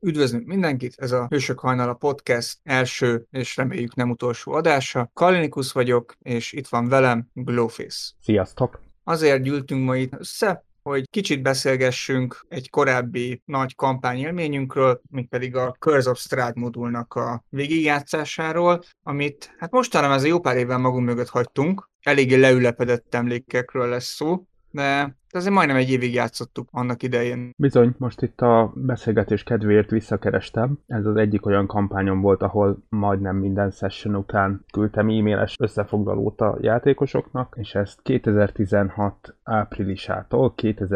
Üdvözlünk mindenkit, ez a Hősök Hajnala Podcast első és reméljük nem utolsó adása. Kalinikus vagyok, és itt van velem Glowface. Sziasztok! Azért gyűltünk ma itt össze, hogy kicsit beszélgessünk egy korábbi nagy kampányélményünkről, mégpedig a Curse of Strahd modulnak a végigjátszásáról, amit hát mostanában ez jó pár évvel magunk mögött hagytunk. Eléggé leülepedett emlékekről lesz szó, de azért majdnem egy évig játszottuk annak idején. Bizony, most itt a beszélgetés kedvéért visszakerestem. Ez az egyik olyan kampányom volt, ahol majdnem minden session után küldtem e-mailes összefoglalót a játékosoknak, és ezt 2016 áprilisától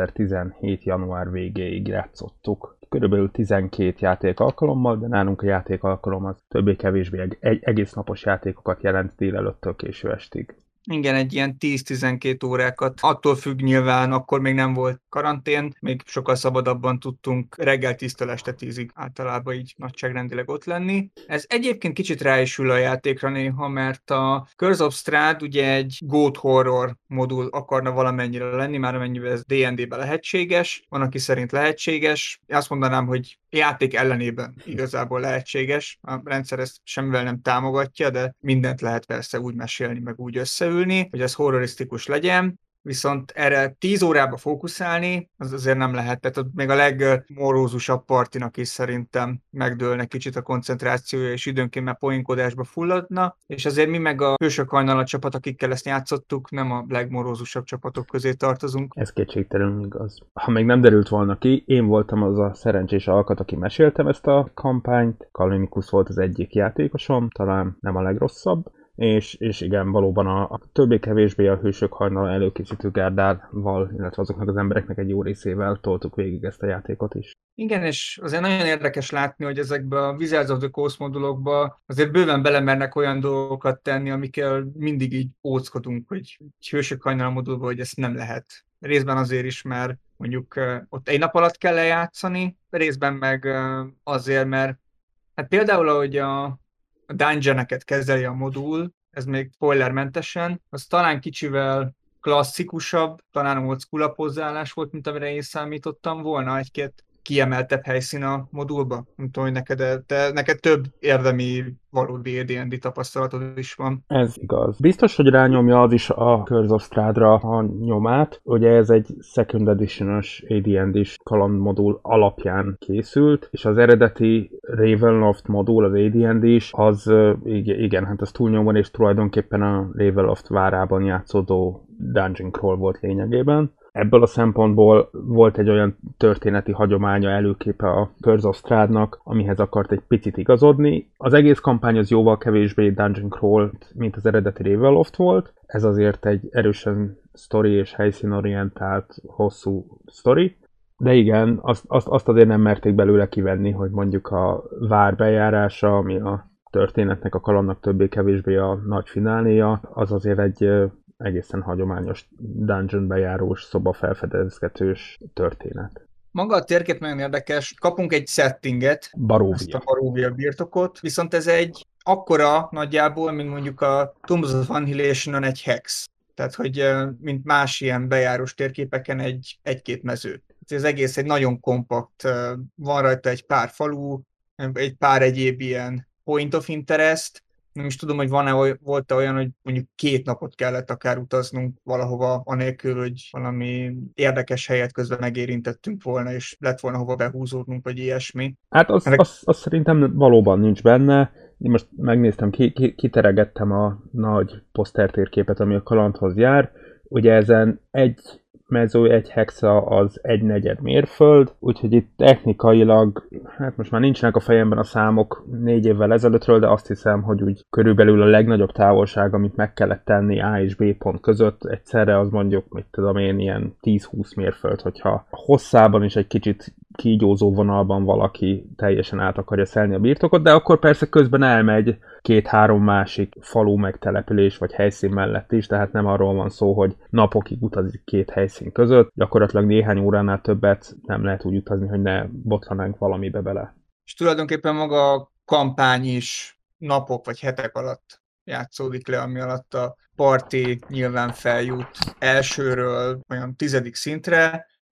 2017 január végéig játszottuk. Körülbelül 12 játék alkalommal, de nálunk a játék alkalom az többé-kevésbé egész napos játékokat jelent délelőttől késő estig. Igen, egy ilyen 10-12 órákat. Attól függ nyilván, akkor még nem volt karantén, még sokkal szabadabban tudtunk reggel 10-től este 10-ig általában így nagyságrendileg ott lenni. Ez egyébként kicsit rá is ül a játékra néha, mert a Curse of Strahd ugye egy Goat Horror modul akarna valamennyire lenni, már amennyivel ez D&D-ben lehetséges, van, aki szerint lehetséges. Azt mondanám, hogy játék ellenében igazából lehetséges. A rendszer ezt semmivel nem támogatja, de mindent lehet persze úgy mesélni, meg úgy összeülni, hogy ez horrorisztikus legyen, viszont erre 10 órába fókuszálni, az azért nem lehet. Tehát ott még a legmorózusabb partinak is szerintem megdőlne kicsit a koncentrációja, és időnként már poénkodásba fulladna, és azért mi meg a Hősök Hajnala csapat, akikkel ezt játszottuk, nem a legmorózusabb csapatok közé tartozunk. Ez kétségtelenül igaz. Ha még nem derült volna ki, én voltam az a szerencsés alkat, aki meséltem ezt a kampányt. Kalinikus volt az egyik játékosom, talán nem a legrosszabb. És igen, valóban a többé-kevésbé a Hősök Hajnala előkészítő gárdával, illetve azoknak az embereknek egy jó részével toltuk végig ezt a játékot is. Igen, és azért nagyon érdekes látni, hogy ezekbe a Wizards of the Coast modulokba azért bőven belemernek olyan dolgokat tenni, amikkel mindig így óckodunk, hogy Hősök Hajnala modulban, hogy ezt nem lehet. Részben azért is, mert mondjuk ott egy nap alatt kell lejátszani, részben meg azért, mert hát például, ahogy a dungeoneket kezeli a modul, ez még spoilermentesen, az talán kicsivel klasszikusabb, talán old school hozzáállás volt, mint amire én számítottam volna, egy-két kiemeltebb helyszín a modulba. Nem tudom, hogy neked több érdemi valódi D&D tapasztalatod is van. Ez igaz. Biztos, hogy rányomja az is a Curse of Strahd-ra a nyomát. Ugye ez egy Second Edition-ös AD&D-s kalandmodul alapján készült, és az eredeti Ravenloft modul, az AD&D-s, az igen, hát az túlnyomon, és tulajdonképpen a Ravenloft várában játszódó Dungeon Crawl volt lényegében. Ebből a szempontból volt egy olyan történeti hagyománya, előképe a Curse of Strahdnak, amihez akart egy picit igazodni. Az egész kampány az jóval kevésbé Dungeon Crawl, mint az eredeti Ravenloft volt. Ez azért egy erősen sztori és helyszínorientált, hosszú sztori. De igen, azt azért nem merték belőle kivenni, hogy mondjuk a vár bejárása, ami a történetnek, a kalandnak többé-kevésbé a nagy fináléja, az azért egy egészen hagyományos dungeon bejárós, szoba felfedezgetős történet. Maga a térkép nagyon érdekes, kapunk egy settinget, Baróvia. ezt a Baróvia birtokot, viszont ez egy akkora nagyjából, mint mondjuk a Tombs of Annihilation-on egy hex. Tehát, hogy mint más ilyen bejárós térképeken egy-két mező. Ez egész egy nagyon kompakt, van rajta egy pár falu, egy pár egyéb ilyen point of interest. Nem is tudom, hogy volt-e olyan, hogy mondjuk 2 napot kellett akár utaznunk valahova, anélkül, hogy valami érdekes helyet közben megérintettünk volna, és lett volna hova behúzódnunk, vagy ilyesmi. Hát azt szerintem valóban nincs benne. Én most megnéztem, kiteregettem a nagy posztertérképet, ami a kalandhoz jár. Ugye ezen egy mező, egy hexa az 1/4 mérföld, úgyhogy itt technikailag, hát most már nincsenek a fejemben a számok 4 évvel ezelőttről, de azt hiszem, hogy úgy körülbelül a legnagyobb távolság, amit meg kellett tenni A és B pont között egyszerre, az mondjuk, mit tudom én, ilyen 10-20 mérföld, hogyha hosszában is egy kicsit kígyózó vonalban valaki teljesen át akarja szelni a birtokot, de akkor persze közben elmegy 2-3 másik falu megtelepülés vagy helyszín mellett is, tehát nem arról van szó, hogy napokig utazik 2 helyszín között, gyakorlatilag néhány óránál többet nem lehet úgy utazni, hogy ne botlanánk valamibe bele. És tulajdonképpen maga a kampány is napok vagy hetek alatt játszódik le, ami alatt a parti nyilván feljut elsőről olyan 10. szintre,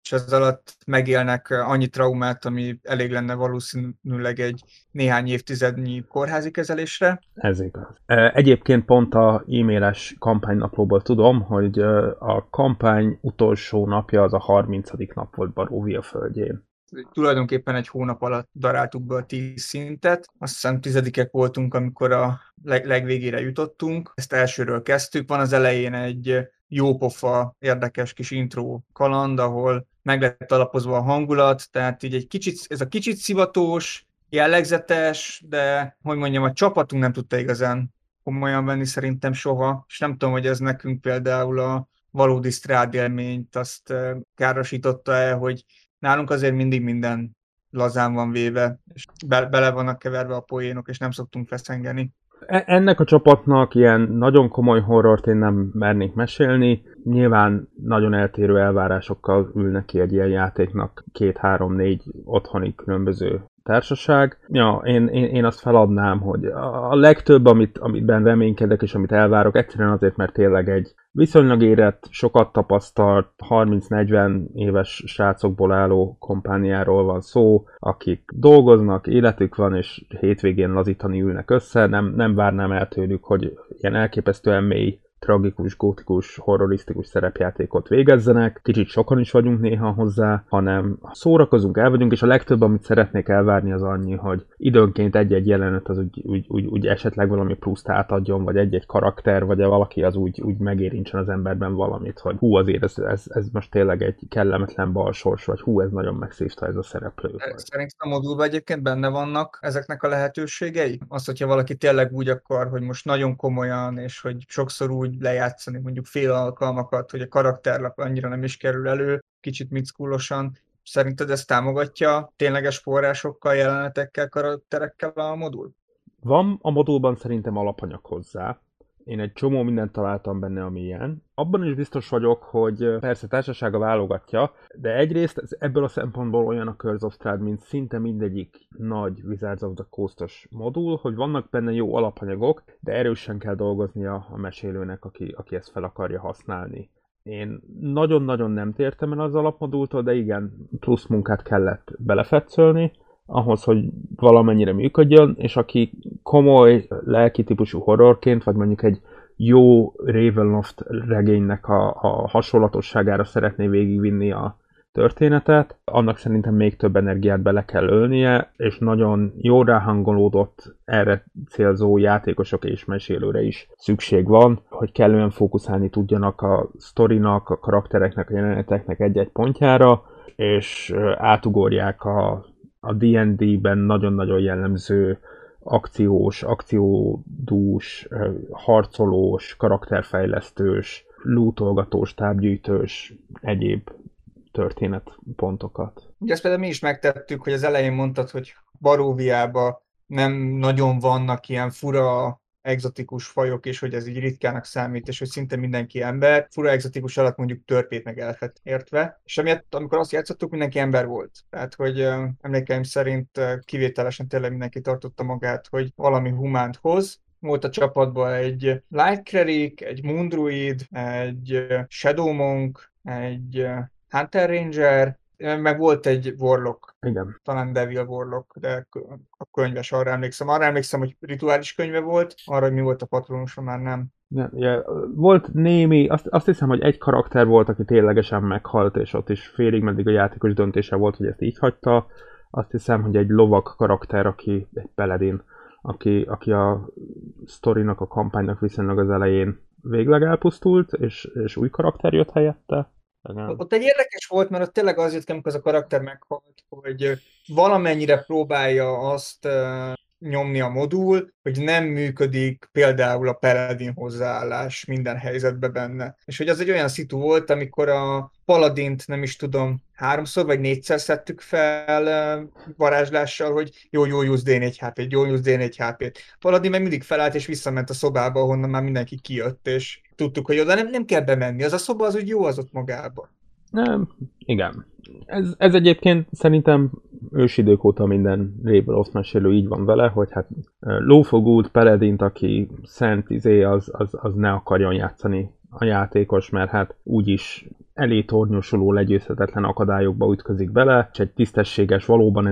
és ez alatt megélnek annyi traumát, ami elég lenne valószínűleg egy néhány évtizednyi kórházi kezelésre. Ez igaz. Egyébként pont a e-mailes kampánynaplóból tudom, hogy a kampány utolsó napja az a 30. nap volt Baróvia földjén. Tulajdonképpen egy hónap alatt daráltuk be a 10 szintet. Azt hiszem 10-ek voltunk, amikor a legvégére jutottunk. Ezt elsőről kezdtük. Van az elején egy jópofa, érdekes kis intro kaland, ahol meg lett alapozva a hangulat, tehát így ez a kicsit szivatós, jellegzetes, de hogy mondjam, a csapatunk nem tudta igazán komolyan venni szerintem soha, és nem tudom, hogy ez nekünk például a valódi strádélményt azt károsította-e, hogy nálunk azért mindig minden lazán van véve, és bele vannak keverve a poénok, és nem szoktunk feszengeni. Ennek a csapatnak ilyen nagyon komoly horrort én nem mernék mesélni. Nyilván nagyon eltérő elvárásokkal ülnek ki egy ilyen játéknak 2-3-4 otthoni különböző társaság. Ja, én azt feladnám, hogy a legtöbb, amiben reménykedek és amit elvárok, egyszerűen azért, mert tényleg egy viszonylag érett, sokat tapasztalt, 30-40 éves srácokból álló kompániáról van szó, akik dolgoznak, életük van, és hétvégén lazítani ülnek össze. Nem várnám el tőlük, hogy ilyen elképesztően mély, tragikus, gótikus, horrorisztikus szerepjátékot végezzenek. Kicsit sokan is vagyunk néha hozzá, hanem szórakozunk, el vagyunk, és a legtöbb, amit szeretnék elvárni, az annyi, hogy időnként egy-egy jelenet az úgy esetleg valami pluszt átadjon, vagy egy-egy karakter, vagy valaki az úgy megérintsen az emberben valamit, hogy hú, azért ez most tényleg egy kellemetlen balsors, vagy hú, ez nagyon megszívta ez a szereplő. Szerintem a modulban egyébként benne vannak ezeknek a lehetőségei? Az, hogyha valaki tényleg úgy akar, hogy most nagyon komolyan, és hogy sokszor úgy lejátszani mondjuk fél alkalmakat, hogy a karakterlap annyira nem is kerül elő, kicsit mickulosan. Szerinted ez támogatja tényleges forrásokkal, jelenetekkel, karakterekkel a modul? Van a modulban szerintem alapanyag hozzá. Én egy csomó mindent találtam benne, ami ilyen. Abban is biztos vagyok, hogy persze társasága válogatja, de egyrészt ebből a szempontból olyan a Curse of Strahd, mint szinte mindegyik nagy Wizards of the Coast-os modul, hogy vannak benne jó alapanyagok, de erősen kell dolgoznia a mesélőnek, aki ezt fel akarja használni. Én nagyon-nagyon nem tértem el az alapmodultól, de igen, plusz munkát kellett belefetszölni, ahhoz, hogy valamennyire működjön, és aki komoly, lelki típusú horrorként, vagy mondjuk egy jó Ravenloft regénynek a hasonlatosságára szeretné végigvinni a történetet, annak szerintem még több energiát bele kell ölnie, és nagyon jól ráhangolódott, erre célzó játékosok és mesélőre is szükség van, hogy kellően fókuszálni tudjanak a sztorinak, a karaktereknek, a jeleneteknek egy-egy pontjára, és átugorják a D&D-ben nagyon-nagyon jellemző akciódús, harcolós, karakterfejlesztős, lootolgatós, tábgyűjtős, egyéb történetpontokat. Ugye ezt például mi is megtettük, hogy az elején mondtad, hogy Baróviában nem nagyon vannak ilyen fura egzotikus fajok, és hogy ez így ritkának számít, és hogy szinte mindenki ember. Fura egzotikus alatt mondjuk törpét meg elfet értve. És emiatt, amikor azt játszottuk, mindenki ember volt. Tehát, hogy emlékeim szerint kivételesen tényleg mindenki tartotta magát, hogy valami humánt hoz. Volt a csapatban egy Light Cleric, egy Moon Druid, egy Shadow Monk, egy Hunter Ranger, meg volt egy Warlock. Igen. Talán Devil Warlock, de a könyves, arra emlékszem. Arra emlékszem, hogy rituális könyve volt, arra, hogy mi volt a patronusa, már nem. Ja, volt némi, azt hiszem, hogy egy karakter volt, aki ténylegesen meghalt, és ott is félig meddig a játékos döntése volt, hogy ezt így hagyta. Azt hiszem, hogy egy lovag karakter, aki egy paladin, aki a sztorinak, a kampánynak viszonylag az elején végleg elpusztult, és új karakter jött helyette. Ott egy érdekes volt, mert ott tényleg az jött ki, amikor az a karakter meghalt, hogy valamennyire próbálja azt nyomni a modul, hogy nem működik például a paladin hozzáállás minden helyzetben benne. És hogy az egy olyan szitu volt, amikor a paladint nem is tudom, 3-szor vagy 4-szer szedtük fel varázslással, hogy jó use D4 HP-t, jó use D4 HP-t. Paladin meg mindig felállt és visszament a szobába, ahonnan már mindenki kijött, és tudtuk, hogy oda nem kell bemenni. Az a szoba az úgy jó az ott magába. Nem, igen. Ez egyébként szerintem ősidők óta minden Ravenloft mesélő így van vele, hogy hát Lawful Good Paladint, aki szent az ne akarjon játszani a játékos, mert hát úgyis elé tornyosuló, legyőzhetetlen akadályokba ütközik bele, és egy tisztességes, valóban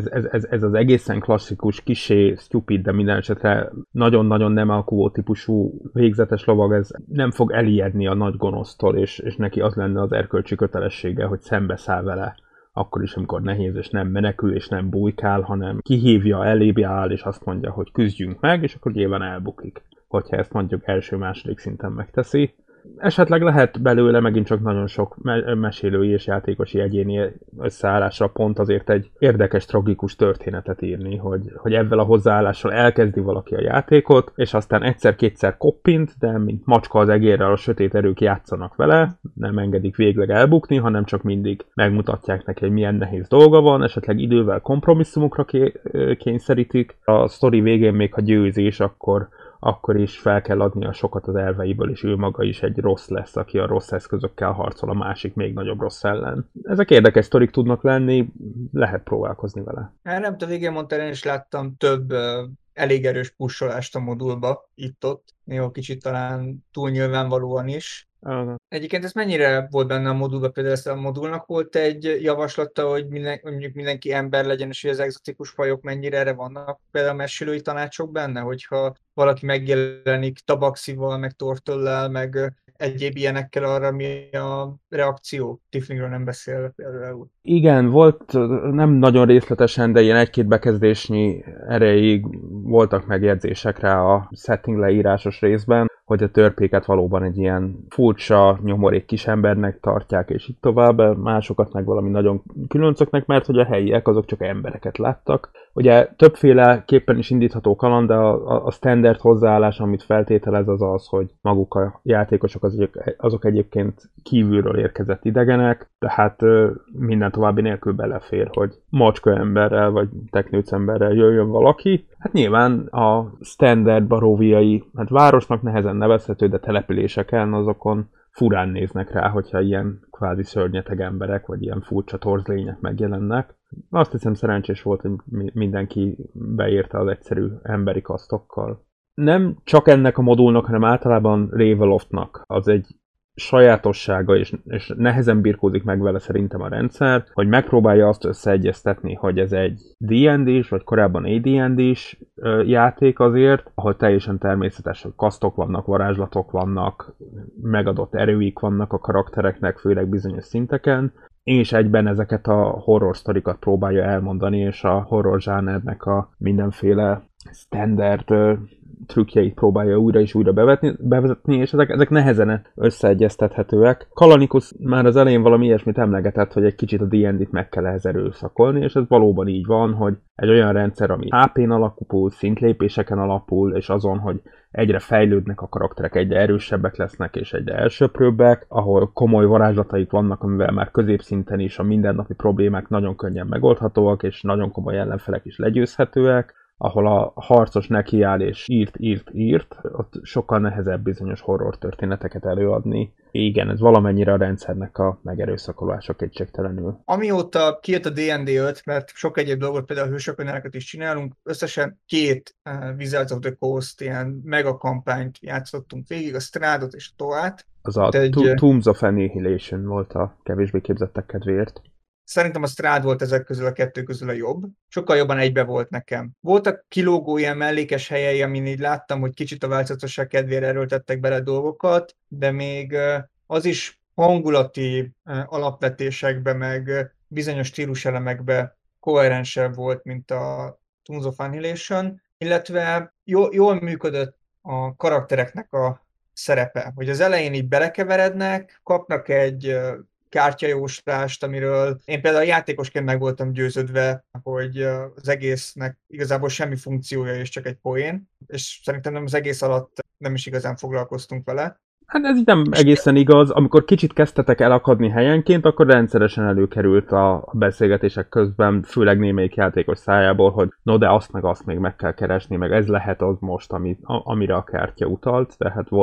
ez az egészen klasszikus, kisé stupid, de minden esetre nagyon-nagyon nem alkuvó típusú végzetes lovag, ez nem fog elijedni a nagy gonosztól, és neki az lenne az erkölcsi kötelessége, hogy szembeszáll vele, akkor is, amikor nehéz, és nem menekül, és nem bujkál, hanem kihívja, elébe áll, és azt mondja, hogy küzdjünk meg, és akkor nyilván elbukik, hogyha ezt mondjuk első-második szinten megteszi. Esetleg lehet belőle megint csak nagyon sok mesélői és játékosi egyéni összeállásra pont azért egy érdekes, tragikus történetet írni, hogy ezzel a hozzáállással elkezdi valaki a játékot, és aztán egyszer-kétszer koppint, de mint macska az egérrel a sötét erők játszanak vele, nem engedik végleg elbukni, hanem csak mindig megmutatják neki, hogy milyen nehéz dolga van, esetleg idővel kompromisszumokra kényszerítik. A sztori végén még ha győzés, akkor is fel kell adnia sokat az elveiből, és ő maga is egy rossz lesz, aki a rossz eszközökkel harcol a másik még nagyobb rossz ellen. Ezek érdekes sztorik tudnak lenni, lehet próbálkozni vele. Nem tudom, végén mondta, én is láttam több elég erős pussolást a modulba, itt-ott, néha kicsit talán túl nyilvánvalóan is. Egyébként ez mennyire volt benne a modulban? Például ezt a modulnak volt egy javaslata, hogy mondjuk mindenki ember legyen, és hogy az egzotikus fajok mennyire erre vannak? Például mesélői tanácsok benne, hogyha valaki megjelenik tabaxival, meg tortöllel, meg egyéb ilyenekkel, arra mi a reakció? Tieflingről nem beszélve például. Igen, volt nem nagyon részletesen, de ilyen egy-két bekezdésnyi erejéig voltak megjegyzések rá a setting leírásos részben, hogy a törpéket valóban egy ilyen furcsa, nyomorék kisembernek tartják, és így tovább, másokat meg valami nagyon különcöknek, mert hogy a helyiek azok csak embereket láttak. Ugye többféleképpen is indítható kaland, de a standard hozzáállás, amit feltételez, az az, hogy maguk a játékosok azok egyébként kívülről érkezett idegenek, tehát minden további nélkül belefér, hogy macska emberrel vagy teknőc emberrel jöjjön valaki. Hát nyilván a standard baróviai, hát városnak nehezen nevezhető, de településeken azokon furán néznek rá, hogyha ilyen kvázi szörnyeteg emberek, vagy ilyen furcsa torzlények megjelennek. Azt hiszem szerencsés volt, hogy mindenki beírta az egyszerű emberi kasztokkal. Nem csak ennek a modulnak, hanem általában Ravenloftnak az egy sajátossága, és nehezen birkózik meg vele szerintem a rendszer, hogy megpróbálja azt összeegyeztetni, hogy ez egy D&D-s, vagy korábban AD&D-s játék azért, ahol teljesen természetes, hogy kasztok vannak, varázslatok vannak, megadott erőik vannak a karaktereknek, főleg bizonyos szinteken, és egyben ezeket a horror sztorikat próbálja elmondani, és a horror zsánernek a mindenféle standard trükkjeit próbálja újra és újra bevezetni, és ezek nehezen összeegyeztethetőek. Kalanikus már az elején valami ilyesmit emlegetett, hogy egy kicsit a D&D-t meg kell ehhez erőszakolni, és ez valóban így van, hogy egy olyan rendszer, ami HP-n alapul, szintlépéseken alapul, és azon, hogy egyre fejlődnek a karakterek, egyre erősebbek lesznek, és egyre elsöprőbbek, ahol komoly varázslataik vannak, amivel már középszinten is a mindennapi problémák nagyon könnyen megoldhatóak, és nagyon komoly ellenfelek is legyőzhetőek, ahol a harcos nekiáll és írt, ott sokkal nehezebb bizonyos horror történeteket előadni. Igen, ez valamennyire a rendszernek a megerőszakolása kétségtelenül. Amióta kijött a D&D 5, mert sok egyéb dolgot, például a hősököneleket is csinálunk, összesen 2 Wizards of the Coast ilyen megakampányt játszottunk végig, a Strahd-ot és a Toát. Az a Tombs of Annihilation volt a kevésbé képzettek kedvéért. Szerintem a Strahd volt ezek közül a 2 közül a jobb. Sokkal jobban egybe volt nekem. Voltak kilógó ilyen mellékes helyei, amin így láttam, hogy kicsit a változatosság kedvére erőltettek bele dolgokat, de még az is hangulati alapvetésekbe, meg bizonyos stíluselemekbe koherensebb volt, mint a Tombs of Annihilation, illetve jól működött a karaktereknek a szerepe, hogy az elején így belekeverednek, kapnak egy kártyajóslást, amiről én például játékosként meg voltam győződve, hogy az egésznek igazából semmi funkciója és csak egy poén, és szerintem nem az egész alatt nem is igazán foglalkoztunk vele. Hát ez így nem egészen igaz. Amikor kicsit kezdtetek elakadni helyenként, akkor rendszeresen előkerült a beszélgetések közben, főleg némelyik játékos szájából, hogy no, de azt még meg kell keresni, meg ez lehet az most, amire a kártya utalt. Tehát voltak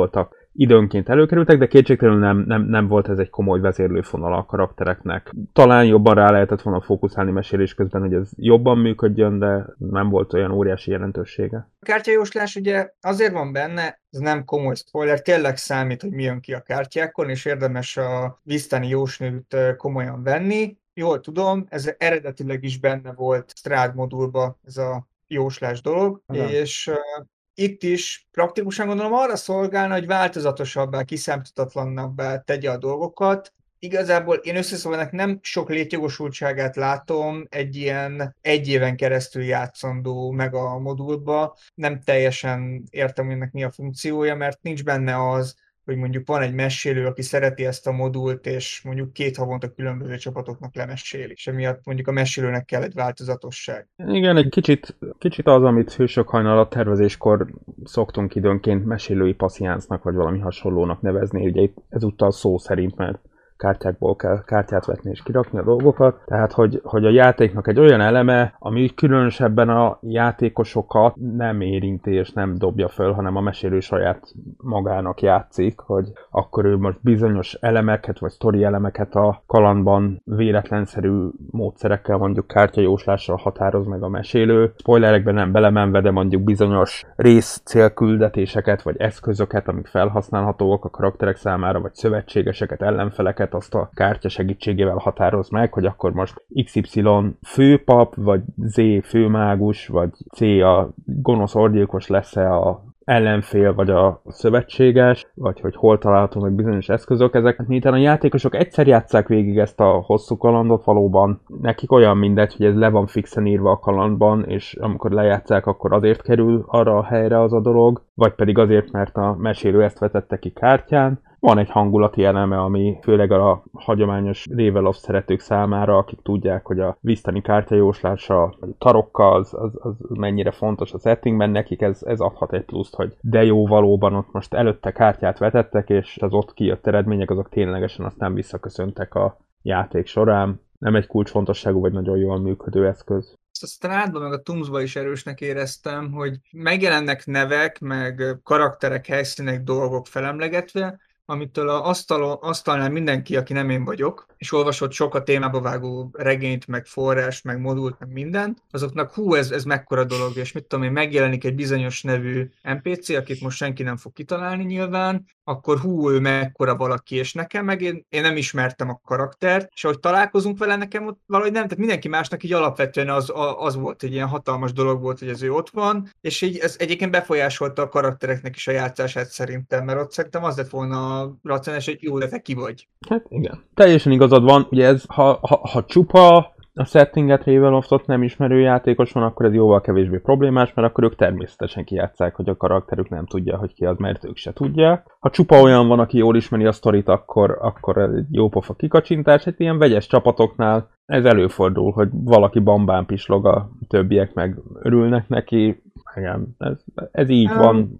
időnként előkerültek, de kétségtelenül nem volt ez egy komoly vezérlőfonal a karaktereknek. Talán jobban rá lehetett volna fókuszálni mesélés közben, hogy ez jobban működjön, de nem volt olyan óriási jelentősége. A kártyajóslás ugye azért van benne, ez nem komoly spoiler, tényleg számít, hogy mi jön ki a kártyákon, és érdemes a Vistani jósnőt komolyan venni. Jól tudom, ez eredetileg is benne volt Strahd modulba ez a jóslás dolog, és itt is praktikusan gondolom arra szolgálna, hogy változatosabbá, kiszámíthatatlanabbá tegye a dolgokat. Igazából én összeszólva nem sok létjogosultságát látom egy ilyen 1 éven keresztül játszandó meg a modulba. Nem teljesen értem, hogy ennek mi a funkciója, mert nincs benne az, hogy mondjuk van egy mesélő, aki szereti ezt a modult, és mondjuk 2 havonta különböző csapatoknak lemeséli, és emiatt mondjuk a mesélőnek kell egy változatosság. Igen, egy kicsit az, amit Hősök hajnala tervezéskor szoktunk időnként mesélői passziánsznak, vagy valami hasonlónak nevezni, ugye itt ezúttal szó szerint, mert kártyákból kell kártyát vetni és kirakni a dolgokat. Tehát, hogy a játéknak egy olyan eleme, ami különösebben a játékosokat nem érinti és nem dobja föl, hanem a mesélő saját magának játszik, hogy akkor ő most bizonyos elemeket, vagy sztori elemeket a kalandban véletlenszerű módszerekkel, mondjuk kártyajóslással határoz meg a mesélő. Spoilerekben nem belemenve, de mondjuk bizonyos rész célküldetéseket, vagy eszközöket, amik felhasználhatóak a karakterek számára, vagy szövetségeseket, ellenfeleket, azt a kártya segítségével határoz meg, hogy akkor most XY főpap, vagy Z főmágus, vagy C a gonosz orgyilkos lesz-e a ellenfél, vagy a szövetséges, vagy hogy hol található meg bizonyos eszközök. Ezek, miután a játékosok egyszer játsszák végig ezt a hosszú kalandot, valóban nekik olyan mindegy, hogy ez le van fixen írva a kalandban, és amikor lejátszák, akkor azért kerül arra a helyre az a dolog, vagy pedig azért, mert a mesélő ezt vetette ki kártyán. Van egy hangulati eleme, ami főleg a hagyományos Ravenloft szeretők számára, akik tudják, hogy a Vistani kártyajóslása, a tarokka az mennyire fontos a settingben, nekik ez adhat egy pluszt, hogy de jó, valóban ott most előtte kártyát vetettek, és az ott kijött eredmények, azok ténylegesen aztán visszaköszöntek a játék során. Nem egy kulcsfontosságú vagy nagyon jól működő eszköz. A Strahdban meg a Tombsban is erősnek éreztem, hogy megjelennek nevek, meg karakterek, helyszínek, dolgok felemlegetve, amitől az asztalnál mindenki, aki nem én vagyok, és olvasott sok a témába vágó regényt, meg forrás, meg modult, meg mindent, azoknak ez mekkora dolog, és mit tudom én, megjelenik egy bizonyos nevű NPC, akit most senki nem fog kitalálni nyilván, akkor ő mekkora valaki, és nekem meg én nem ismertem a karaktert, és ahogy találkozunk vele, nekem ott valahogy nem, tehát mindenki másnak így alapvetően az volt, egy ilyen hatalmas dolog volt, hogy ez ő ott van, és így ez egyébként befolyásolta a karaktereknek is a játszását szerintem, mert ott szerintem az lett volna racionális, hogy jó, de te ki vagy. Hát igen. Teljesen igazad van, ugye ez, ha csupa a settinget Ravenloftot nem ismerő játékos van, akkor ez jóval kevésbé problémás, mert akkor ők természetesen kijátszák, hogy a karakterük nem tudja, hogy ki az, mert ők se tudják. Ha csupa olyan van, aki jól ismeri a sztorit, akkor ez egy jó pofa kikacsintás. Hát ilyen vegyes csapatoknál ez előfordul, hogy valaki bambán pislog, a többiek meg örülnek neki. Igen, ez így van.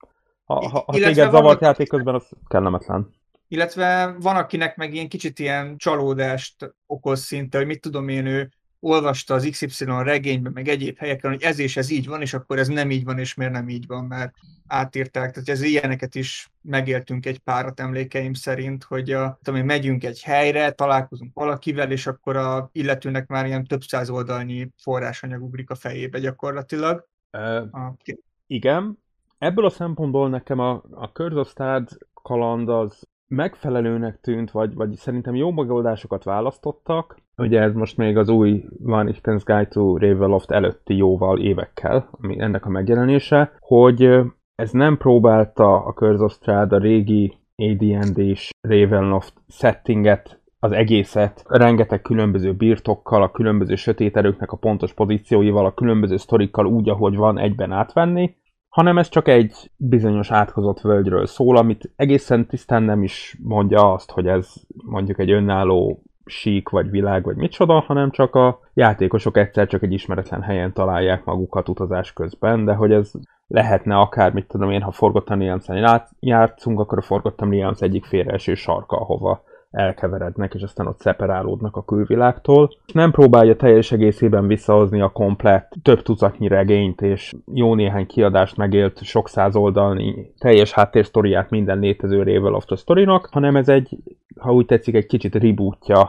Ha téged zavart játék közben, az kellemetlen. Illetve van, akinek meg ilyen kicsit ilyen csalódást okoz szinte, hogy mit tudom én, ő olvasta az XY regényben, meg egyéb helyeken, hogy ez és ez így van, és akkor ez nem így van, és miért nem így van, mert átírták. Tehát ez ilyeneket is megéltünk egy párat emlékeim szerint, hogy megyünk egy helyre, találkozunk valakivel, és akkor a illetőnek már ilyen több száz oldalnyi forrásanyag ugrik a fejébe gyakorlatilag. Igen. Ebből a szempontból nekem a Curse of Strahd kaland az megfelelőnek tűnt, vagy szerintem jó megoldásokat választottak. Ugye ez most még az új Van Richten's Guide to Ravenloft előtti jóval évekkel, ami ennek a megjelenése, hogy ez nem próbálta a Curse of Strahd a régi AD&D-s Ravenloft settinget, az egészet rengeteg különböző birtokkal, a különböző sötét erőknek a pontos pozícióival, a különböző sztorikkal úgy, ahogy van, egyben átvenni, hanem ez csak egy bizonyos áthozott völgyről szól, amit egészen tisztán nem is mondja azt, hogy ez mondjuk egy önálló sík, vagy világ, vagy micsoda, hanem csak a játékosok egyszer csak egy ismeretlen helyen találják magukat utazás közben, de hogy ez lehetne akár, mit tudom én, ha Forgotten Realms-en játszunk, akkor a Forgotten Realms egyik félreeső sarka, ahova elkeverednek, és aztán ott szeparálódnak a külvilágtól. Nem próbálja teljes egészében visszahozni a komplett több tucatnyi regényt, és jó néhány kiadást megélt sok száz oldalnyi teljes háttérsztoriát minden létező Raven of the Story-nak, hanem ez egy, ha úgy tetszik, egy kicsit rebootja,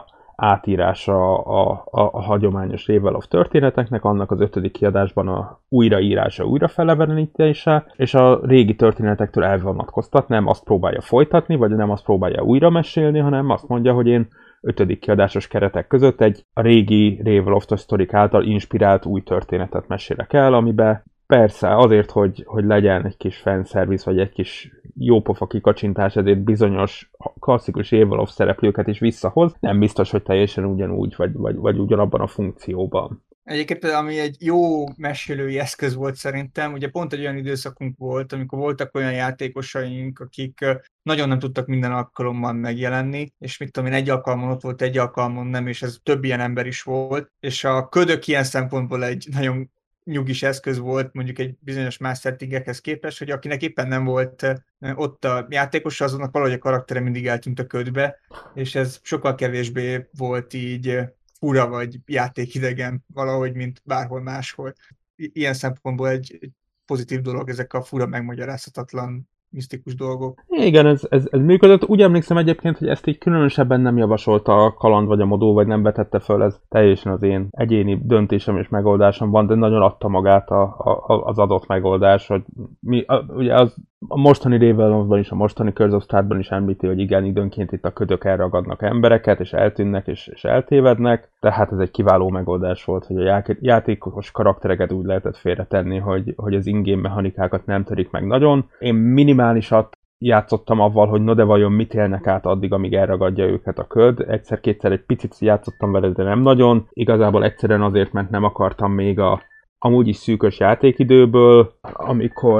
átírása a hagyományos Raven of történeteknek, annak az 5. kiadásban a újraírása, újrafelevenítése, és a régi történetektől elvonatkoztat, nem azt próbálja folytatni, vagy nem azt próbálja újra mesélni, hanem azt mondja, hogy én 5. kiadásos keretek között egy a régi Raven of the Story által inspirált új történetet mesélek el, amiben persze azért, hogy legyen egy kis fanservice, vagy egy kis jópofa kikacsintás, ezért bizonyos klasszikus Raven of szereplőket is visszahoz, nem biztos, hogy teljesen ugyanúgy, vagy ugyanabban a funkcióban. Egyébként ami egy jó mesélői eszköz volt szerintem, ugye pont egy olyan időszakunk volt, amikor voltak olyan játékosaink, akik nagyon nem tudtak minden alkalommal megjelenni, és mit tudom én, egy alkalmon ott volt, egy alkalmon nem, és ez több ilyen ember is volt, és a ködök ilyen szempontból egy nagyon nyugis eszköz volt mondjuk egy bizonyos Master Tigekhez képest, hogy akinek éppen nem volt ott a játékos, azonnak valahogy a karaktere mindig eltűnt a ködbe, és ez sokkal kevésbé volt így fura vagy játékidegen valahogy, mint bárhol máshol. Ilyen szempontból egy pozitív dolog ezek a fura, megmagyarázhatatlan misztikus dolgok. Igen, ez működött. Úgy emlékszem egyébként, hogy ezt így különösebben nem javasolta a kaland vagy a modul, vagy nem vetette föl, ez teljesen az én egyéni döntésem és megoldásom van, de nagyon adta magát az adott megoldás, hogy ugye a mostani Ravenloftban is, a mostani Curse of Strahd-ban is említi, hogy igen, időnként itt a ködök elragadnak embereket, és eltűnnek, és eltévednek, tehát ez egy kiváló megoldás volt, hogy a játékos karaktereket úgy lehetett félretenni, hogy az in-game mechanikákat nem törik meg nagyon. Én minimálisat játszottam avval, hogy no de vajon mit élnek át addig, amíg elragadja őket a köd. Egyszer-kétszer egy picit játszottam vele, de nem nagyon. Igazából egyszerűen azért, mert nem akartam még amúgy is szűkös játékidőből, amikor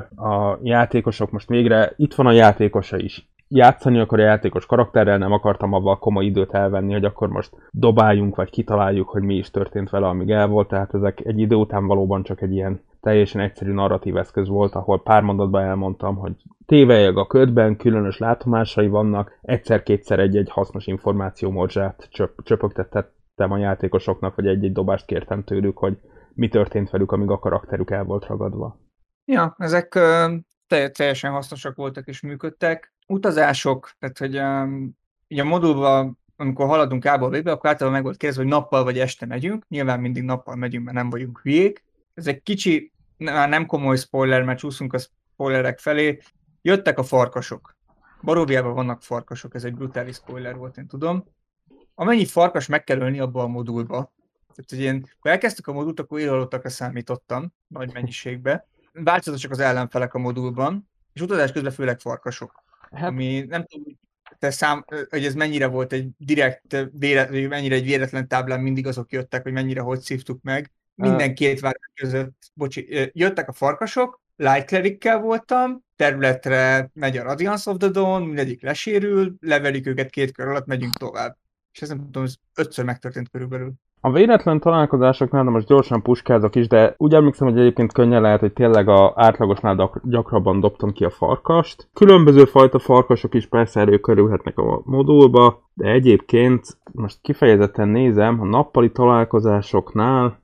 a játékosok most végre itt van a játékosa is. Játszani akar a játékos karakterrel, nem akartam avval komoly időt elvenni, hogy akkor most dobáljunk, vagy kitaláljuk, hogy mi is történt vele, amíg el volt. Tehát ezek egy idő után valóban csak egy ilyen teljesen egyszerű narratív eszköz volt, ahol pár mondatban elmondtam, hogy tévelyeg a ködben, különös látomásai vannak, egyszer-kétszer egy-egy hasznos információ morzsát csöpögtettem a játékosoknak, vagy egy-egy dobást kértem tőlük, hogy mi történt velük, amíg a karakterük el volt ragadva. Ja, ezek teljesen hasznosak voltak és működtek. Utazások, tehát hogy így a modulban, amikor haladunk A-ból B-be, akkor általában meg volt kérdezve, hogy nappal vagy este megyünk. Nyilván mindig nappal megyünk, mert nem vagyunk hülyék. Ez egy kicsi, már nem komoly spoiler, mert csúszunk a spoilerek felé. Jöttek a farkasok. Baróviában vannak farkasok, ez egy brutális spoiler volt, én tudom. Amennyi farkas meg kell ölni abba a modulba. Tehát, hogy én, ha elkezdtük a modult, akkor élőhalottakra számítottam nagy mennyiségbe. Változatosak az ellenfelek a modulban, és utazás közben főleg farkasok. Hát, ami nem tudom, hogy ez mennyire volt egy direkt, mennyire egy véletlen táblán mindig azok jöttek, hogy mennyire hogy szívtuk meg. Minden két város között, jöttek a farkasok, Light Cleric-kel voltam, területre megy a Radiance of the Dawn, mindegyik lesérül, levelik őket 2 kör alatt, megyünk tovább. És ez nem tudom, ez 5-ször megtörtént körülbelül. A véletlen találkozásoknál, de most gyorsan puskázok is, de úgy emlékszem, hogy egyébként könnyen lehet, hogy tényleg a átlagosnál gyakrabban dobtam ki a farkast. Különböző fajta farkasok is persze előkerülhetnek a modulba, de egyébként most kifejezetten nézem, a nappali találkozásoknál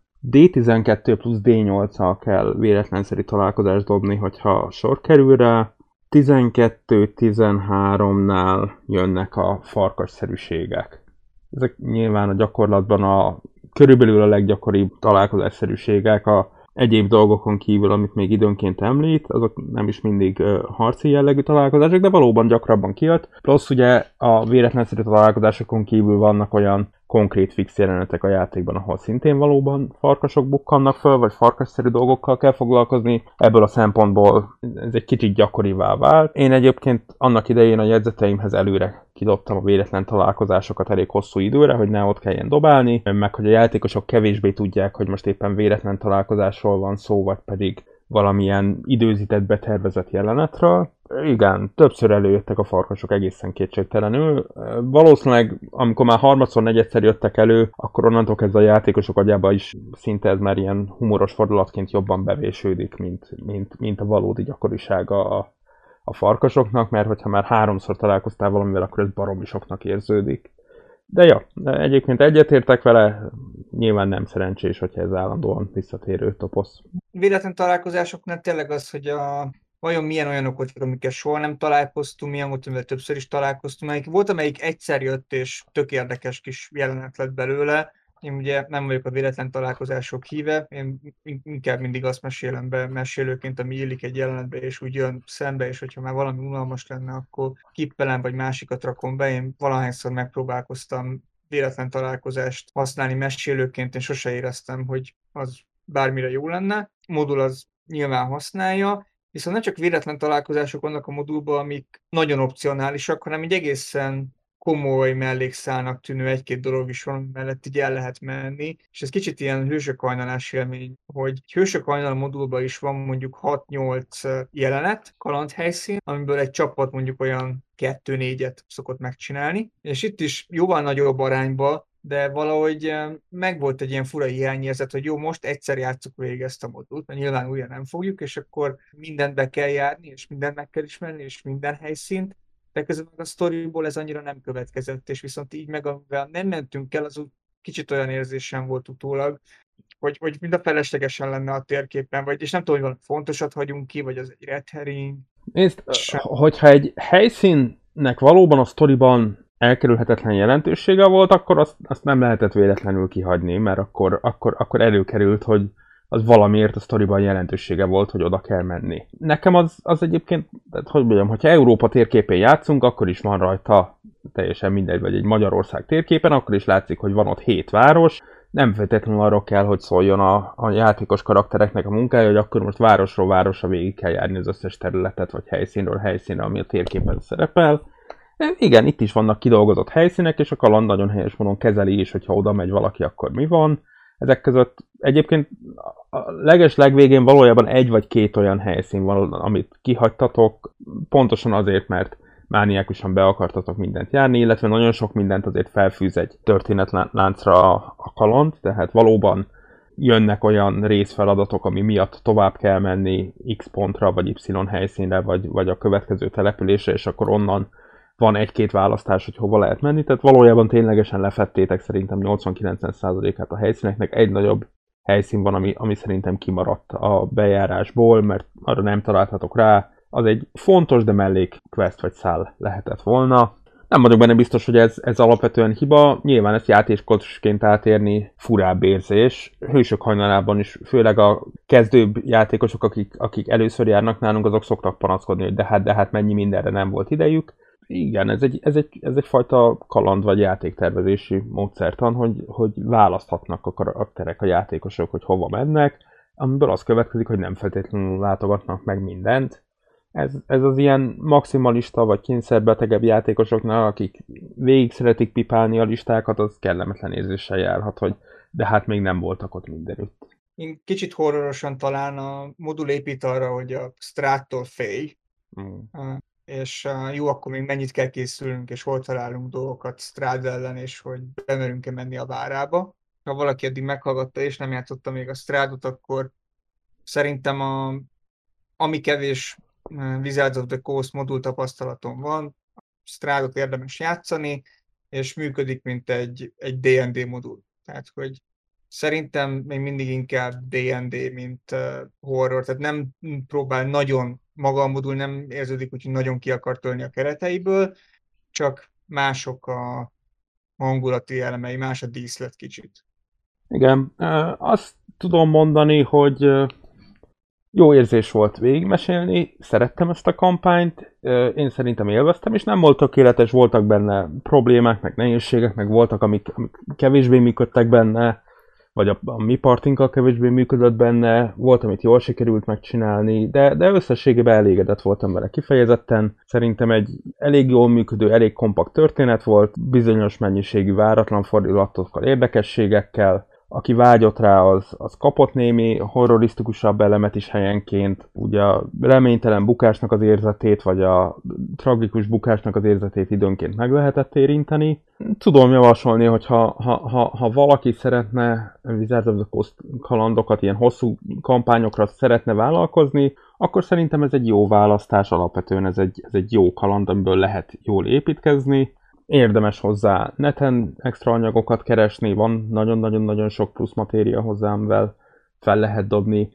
D12 plusz D8-al kell véletlenszerű találkozást dobni, hogyha sor kerül rá. 12-13-nál jönnek a farkasszerűségek. Ezek nyilván a gyakorlatban körülbelül a leggyakoribb találkozásszerűségek, a egyéb dolgokon kívül, amit még időnként említ, azok nem is mindig harci jellegű találkozások, de valóban gyakrabban kijött. Plusz ugye a véletlenszerű találkozásokon kívül vannak olyan konkrét fix jelenetek a játékban, ahol szintén valóban farkasok bukkannak föl, vagy farkasszerű dolgokkal kell foglalkozni. Ebből a szempontból ez egy kicsit gyakorivá vált. Én egyébként annak idején a jegyzeteimhez előre kidobtam a véletlen találkozásokat elég hosszú időre, hogy ne ott kelljen dobálni, meg hogy a játékosok kevésbé tudják, hogy most éppen véletlen találkozásról van szó, vagy pedig valamilyen időzített, betervezett jelenetről. Igen, többször előjöttek a farkasok egészen kétségtelenül. Valószínűleg, amikor már harmadszor, negyedszer jöttek elő, akkor onnantól kezdve a játékosok agyába is szinte ez már ilyen humoros fordulatként jobban bevésődik, mint a valódi gyakorisága a a farkasoknak, mert hogyha már 3-szor találkoztál valamivel, akkor ez baromi soknak érződik. De ja, egyébként egyetértek vele, nyilván nem szerencsés, hogyha ez állandóan visszatérő toposz. Véletlen találkozásoknál tényleg az, hogy vajon milyen olyanok voltak, amikkel soha nem találkoztunk, milyen volt, amivel többször is találkoztunk. Volt, amelyik egyszer jött, és tök érdekes kis jelenet lett belőle. Én ugye nem vagyok a véletlen találkozások híve, én inkább mindig azt mesélem be mesélőként, ami illik egy jelenetbe, és úgy jön szembe, és hogyha már valami unalmas lenne, akkor kippelem, vagy másikat rakom be. Én valahányszor megpróbálkoztam véletlen találkozást használni mesélőként, én sose éreztem, hogy az bármire jó lenne. A modul az nyilván használja, viszont nem csak véletlen találkozások vannak a modulban, amik nagyon opcionálisak, hanem egy egészen komoly mellékszálnak tűnő egy-két dolog is van, mellett így el lehet menni, és ez kicsit ilyen hősök hajnalás élmény, hogy hősök hajnal modulban is van mondjuk 6-8 jelenet, kalandhelyszín, amiből egy csapat mondjuk olyan 2-4-et szokott megcsinálni, és itt is jóval nagyobb arányban, de valahogy megvolt egy ilyen fura hiányérzet, hogy jó, most egyszer játsszuk végig ezt a modult, mert nyilván újra nem fogjuk, és akkor mindent be kell járni, és mindent meg kell ismerni, és minden helyszínt, de közben meg a sztoriból ez annyira nem következett, és viszont így meg, amivel nem mentünk el, az úgy kicsit olyan érzésem volt utólag, hogy mind a feleslegesen lenne a térképen, vagy, és nem tudom, hogy valami fontosat hagyunk ki, vagy az egy red herring. Nézd, hogyha egy helyszínnek valóban a sztoriban elkerülhetetlen jelentősége volt, akkor azt nem lehetett véletlenül kihagyni, mert akkor előkerült, hogy az valamiért a sztoriban jelentősége volt, hogy oda kell menni. Nekem az egyébként, hogy mondjam, hogyha Európa térképén játszunk, akkor is van rajta teljesen mindegy, vagy egy Magyarország térképen, akkor is látszik, hogy van ott 7 város. Nem feltétlenül arról kell, hogy szóljon a játékos karaktereknek a munkája, hogy akkor most városról városra végig kell járni az összes területet, vagy helyszínről helyszínre, ami a térképen szerepel. De igen, itt is vannak kidolgozott helyszínek, és a kaland nagyon helyes módon kezeli is, hogyha oda megy valaki, akkor mi van. Ezek között egyébként a legvégén valójában 1 vagy 2 olyan helyszín van, amit kihagytatok, pontosan azért, mert mániákusan be akartatok mindent járni, illetve nagyon sok mindent azért felfűz egy történetláncra a kaland, tehát valóban jönnek olyan részfeladatok, ami miatt tovább kell menni X pontra, vagy Y helyszínre, vagy a következő településre, és akkor onnan van 1-2 választás, hogy hova lehet menni, tehát valójában ténylegesen lefettétek szerintem 80-90%-át a helyszíneknek. Egy nagyobb helyszín van, ami szerintem kimaradt a bejárásból, mert arra nem találtatok rá. Az egy fontos, de mellék quest vagy szál lehetett volna. Nem vagyok benne biztos, hogy ez alapvetően hiba. Nyilván ezt játékosként átérni furább érzés. Hősök hajnalában is, főleg a kezdőbb játékosok, akik először járnak nálunk, azok szoktak panaszkodni, hogy de hát mennyi mindenre nem volt idejük. Igen, ez egyfajta kaland vagy játéktervezési módszertan, hogy választhatnak a karakterek, a játékosok, hogy hova mennek, amiből az következik, hogy nem feltétlenül látogatnak meg mindent. Ez az ilyen maximalista vagy kényszerbetegebb játékosoknál, akik végig szeretik pipálni a listákat, az kellemetlen érzéssel járhat, hogy de hát még nem voltak ott mindenütt. Én kicsit horrorosan talán a modul épít arra, hogy a Strától félj, és jó, akkor még mennyit kell készülnünk, és hol találunk dolgokat Strád ellen, és hogy bemerünk-e menni a várába. Ha valaki eddig meghallgatta, és nem játszotta még a Strádot, akkor szerintem ami kevés Wizards of the Coast modul tapasztalatom van, Strádot érdemes játszani, és működik, mint egy D&D modul. Tehát, hogy szerintem még mindig inkább D&D, mint horror, tehát nem próbál nagyon, maga a modul nem érződik, hogy nagyon ki akar tölni a kereteiből, csak mások a hangulati elemei, más a díszlet kicsit. Igen, azt tudom mondani, hogy jó érzés volt végigmesélni, szerettem ezt a kampányt, én szerintem élveztem, és nem volt tökéletes, voltak benne problémák, meg nehézségek, meg voltak, amik kevésbé működtek benne, vagy a mi partinkkal kevésbé működött benne, volt, amit jól sikerült megcsinálni, de összességében elégedett voltam vele kifejezetten. Szerintem egy elég jól működő, elég kompakt történet volt, bizonyos mennyiségű váratlan fordulatokkal, érdekességekkel. aki vágyott rá, az kapott némi horrorisztikusabb elemet is helyenként, ugye a reménytelen bukásnak az érzetét, vagy a tragikus bukásnak az érzetét időnként meg lehetett érinteni. Tudom javasolni, hogy ha valaki szeretne Wizards of the Coast kalandokat, ilyen hosszú kampányokra szeretne vállalkozni, akkor szerintem ez egy jó választás, alapvetően ez egy jó kaland, amiből lehet jól építkezni. Érdemes hozzá neten extra anyagokat keresni, van nagyon-nagyon-nagyon sok plusz matéria hozzá, amivel fel lehet dobni,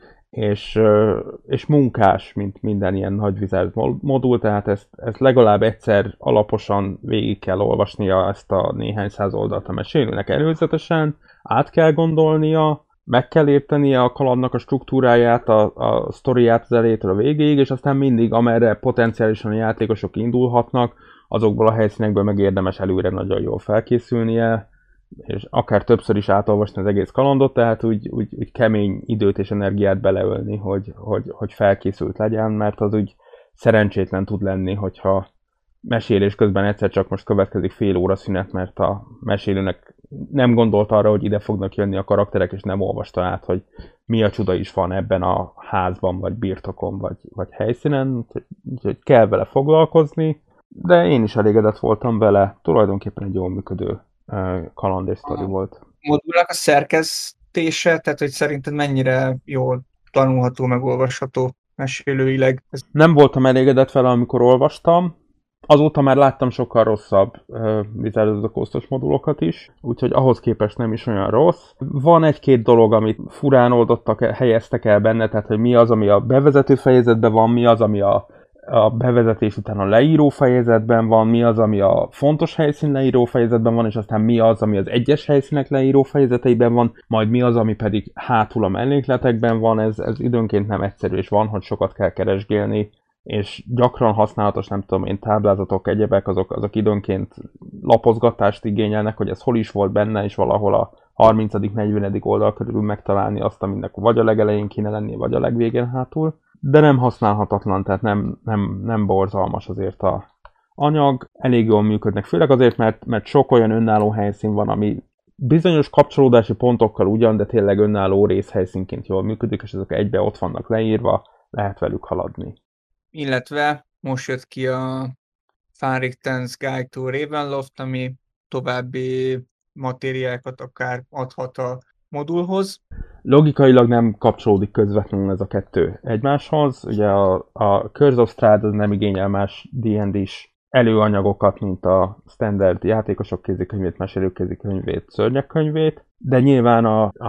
és munkás, mint minden ilyen nagy Wizards modul, tehát ezt legalább egyszer alaposan végig kell olvasnia ezt a néhány száz oldalt a mesélőnek előzetesen, át kell gondolnia, meg kell értenie a kalandnak a struktúráját, a sztoriát az elejétől a végéig, és aztán mindig, amerre potenciálisan a játékosok indulhatnak, azokból a helyszínekből meg érdemes előre nagyon jól felkészülnie, és akár többször is átolvasni az egész kalandot, tehát úgy kemény időt és energiát beleölni, hogy felkészült legyen, mert az úgy szerencsétlen tud lenni, hogyha mesélés közben egyszer csak most következik fél óra szünet, mert a mesélőnek nem gondolt arra, hogy ide fognak jönni a karakterek, és nem olvasta át, hogy mi a csuda is van ebben a házban, vagy birtokon, vagy helyszínen, úgyhogy kell vele foglalkozni, de én is elégedett voltam vele, tulajdonképpen egy jól működő kaland és sztori volt. Modulnak a szerkesztése, tehát hogy szerinted mennyire jól tanulható, meg olvasható mesélőileg? Nem voltam elégedett vele, amikor olvastam, azóta már láttam sokkal rosszabb Wizards of the Coast-os modulokat is, úgyhogy ahhoz képest nem is olyan rossz. Van egy-két dolog, amit furán oldottak, helyeztek el benne, tehát hogy mi az, ami a bevezető fejezetben van, mi az, ami a bevezetés után a leíró fejezetben van, mi az, ami a fontos helyszín leíró fejezetben van, és aztán mi az, ami az egyes helyszínek leíró fejezeteiben van, majd mi az, ami pedig hátul a mellékletekben van, ez időnként nem egyszerű, és van, hogy sokat kell keresgélni, és gyakran használatos, nem tudom én, táblázatok, egyebek, azok időnként lapozgatást igényelnek, hogy ez hol is volt benne, és valahol a 30.-40. oldal körül megtalálni azt, aminek vagy a legelején kéne lenni, vagy a legvégén hátul. De nem használhatatlan, tehát nem borzalmas azért a anyag. Elég jól működnek, főleg azért, mert sok olyan önálló helyszín van, ami bizonyos kapcsolódási pontokkal ugyan, de tényleg önálló részhelyszínként jól működik, és ezek egybe ott vannak leírva, lehet velük haladni. Illetve most jött ki a Fenrichtens Guide to Ravenloft, ami további matériákat akár adhat a modulhoz. Logikailag nem kapcsolódik közvetlenül ez a kettő egymáshoz. Ugye a Curse of Strahd nem igényel más D&D-s előanyagokat, mint a standard játékosok kézikönyvét, mesélők kézikönyvét, szörnyek könyvét, de nyilván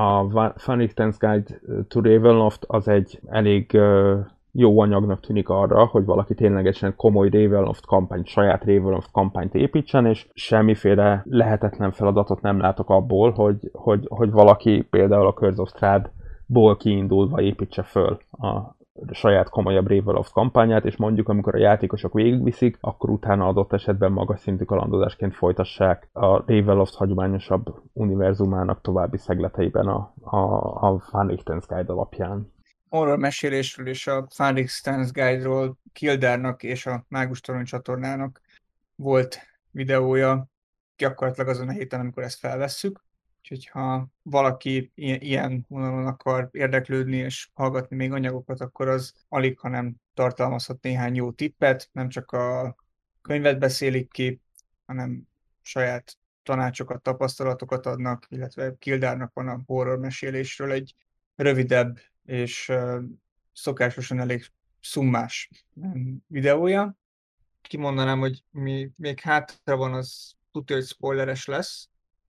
a Fenrichtens Guide to Ravenloft az egy elég jó anyagnak tűnik arra, hogy valaki ténylegesen komoly Ravenloft kampányt, saját Ravenloft kampányt építsen, és semmiféle lehetetlen feladatot nem látok abból, hogy valaki például a Curse of Strahd-ból kiindulva építse föl a saját komolyabb Ravenloft kampányát, és mondjuk amikor a játékosok végigviszik, akkor utána adott esetben magas szintű kalandozásként folytassák a Ravenloft hagyományosabb univerzumának további szegleteiben a Fenrichtens Guide alapján. Horror mesélésről és a Fenrichtens Guide-ról Kildarnak és a Mágus Torony csatornának volt videója gyakorlatilag azon a héten, amikor ezt felvesszük. Úgyhogy ha valaki ilyen vonalon akar érdeklődni és hallgatni még anyagokat, akkor az alig, ha nem tartalmazhat néhány jó tippet, nem csak a könyvet beszélik ki, hanem saját tanácsokat, tapasztalatokat adnak, illetve Kildarnak van a horror mesélésről egy rövidebb és szokásosan elég szummás videója. Kimondanám, hogy mi még hátra van, az tudja, hogy spoileres lesz.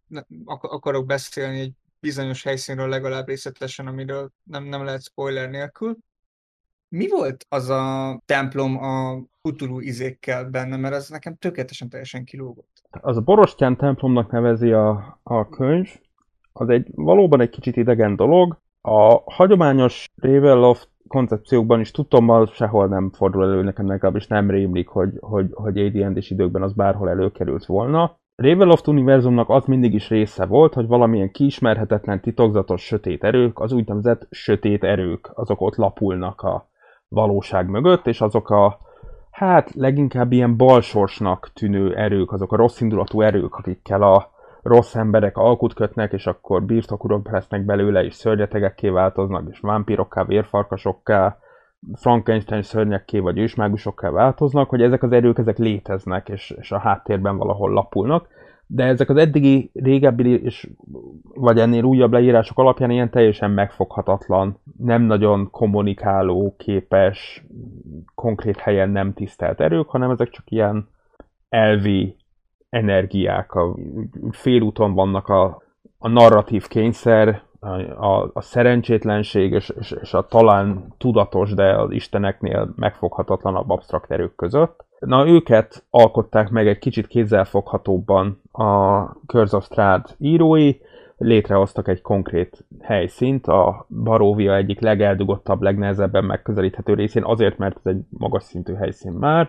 Akarok beszélni egy bizonyos helyszínről legalább részletesen, amiről nem lehet spoiler nélkül. Mi volt az a templom a Cthulhu izékkel benne, mert az nekem tökéletesen teljesen kilógott. Az a Borostyán templomnak nevezi a könyv, az valóban egy kicsit idegen dolog. A hagyományos Ravenloft koncepciókban is tudtommal sehol nem fordul elő, nekem legalábbis nem rémlik, hogy AD&D-s időkben az bárhol előkerült volna. Ravenloft univerzumnak az mindig is része volt, hogy valamilyen kiismerhetetlen, titokzatos sötét erők, az úgynevezett sötét erők, azok ott lapulnak a valóság mögött, és azok leginkább ilyen balsorsnak tűnő erők, azok a rosszindulatú erők, akikkel a rossz emberek alkut kötnek, és akkor birtokurok lesznek belőle, és szörnyetegekké változnak, és vámpírokká, vérfarkasokká, Frankenstein szörnyekké, vagy ősmágusokká változnak, hogy ezek az erők ezek léteznek, és a háttérben valahol lapulnak. De ezek az eddigi, régebbi, és, vagy ennél újabb leírások alapján ilyen teljesen megfoghatatlan, nem nagyon kommunikáló, képes, konkrét helyen nem tisztelt erők, hanem ezek csak ilyen elvi energiák, félúton vannak a narratív kényszer, a szerencsétlenség és a talán tudatos, de az isteneknél megfoghatatlanabb absztrakt erők között. Na, őket alkották meg egy kicsit kézzelfoghatóbban a Curse of Strahd írói, létrehoztak egy konkrét helyszínt, a Baróvia egyik legeldugottabb, legnehezebben megközelíthető részén, azért, mert ez egy magas szintű helyszín már.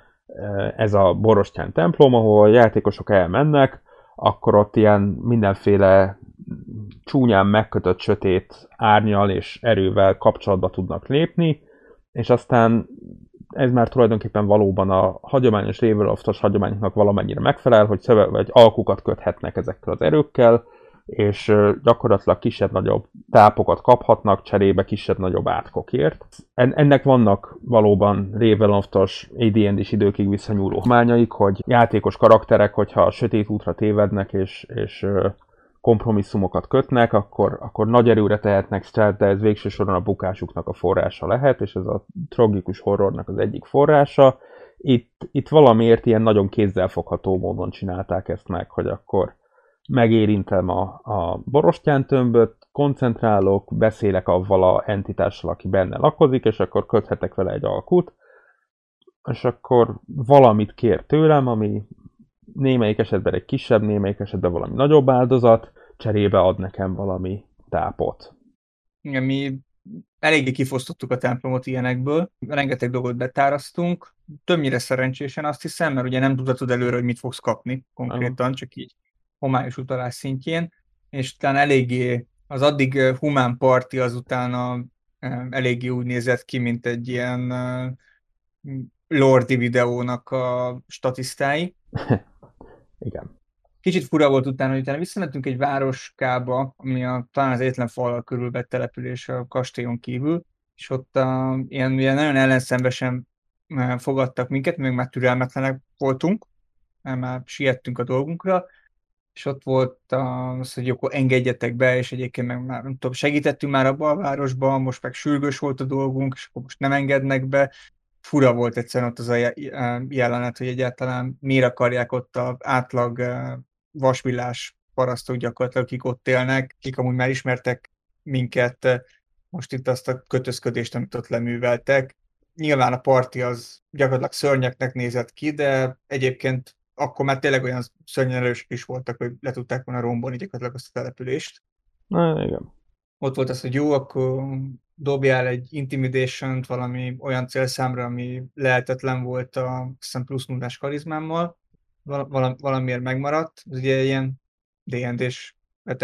Ez a Borostyán templom, ahol a játékosok elmennek, akkor ott ilyen mindenféle csúnyán megkötött sötét árnyal és erővel kapcsolatba tudnak lépni, és aztán ez már tulajdonképpen valóban a hagyományos Ravenloftos hagyományoknak valamennyire megfelel, hogy vagy alkukat köthetnek ezekkel az erőkkel, és gyakorlatilag kisebb-nagyobb tápokat kaphatnak, cserébe kisebb-nagyobb átkokért. Ennek vannak valóban Ravenloftos AD&D-s időkig visszanyúló mányaik, hogy játékos karakterek, hogyha a sötét útra tévednek és kompromisszumokat kötnek, akkor nagy erőre tehetnek sztrárt, de ez végső soron a bukásuknak a forrása lehet, és ez a tragikus horrornak az egyik forrása. Itt valamiért ilyen nagyon kézzelfogható módon csinálták ezt meg, hogy akkor megérintem a borostyántömböt, koncentrálok, beszélek avval a entitással, aki benne lakozik, és akkor köthetek vele egy alkut, és akkor valamit kér tőlem, ami némelyik esetben egy kisebb, némelyik esetben valami nagyobb áldozat, cserébe ad nekem valami tápot. Igen, mi eléggé kifosztottuk a templomot ilyenekből, rengeteg dolgot betárasztunk, többnyire szerencsésen azt hiszem, mert ugye nem tudhatod előre, hogy mit fogsz kapni konkrétan, csak így homályos utalás szintjén, és talán eléggé az addig humán parti azután eléggé úgy nézett ki, mint egy ilyen lordi videónak a statisztái. Igen. Kicsit fura volt utána, hogy utána visszamentünk egy városkába, ami talán az egyetlen fallal körülvett település a kastélyon kívül, és ott ilyen nagyon ellenszenvesen fogadtak minket, még már türelmetlenek voltunk, már siettünk a dolgunkra, és ott volt az, hogy akkor engedjetek be, és egyébként meg már, nem tudom, segítettünk már abba a városba, most meg sürgős volt a dolgunk, és akkor most nem engednek be. Fura volt egyszerűen ott az a jelenet, hogy egyáltalán miért akarják ott az átlag vasvillás parasztok gyakorlatilag, akik ott élnek, akik amúgy már ismertek minket, most itt azt a kötözködést, amit ott leműveltek. Nyilván a parti az gyakorlatilag szörnyeknek nézett ki, de egyébként akkor már tényleg olyan szörnyen erősek is voltak, hogy le tudták volna rombolni gyakorlatilag azt a települést. Na, igen. Ott volt az, hogy jó, akkor dobjál egy intimidation-t valami olyan célszámra, ami lehetetlen volt a plusz nullás karizmámmal, valamiért megmaradt. Ez ugye ilyen D&D-s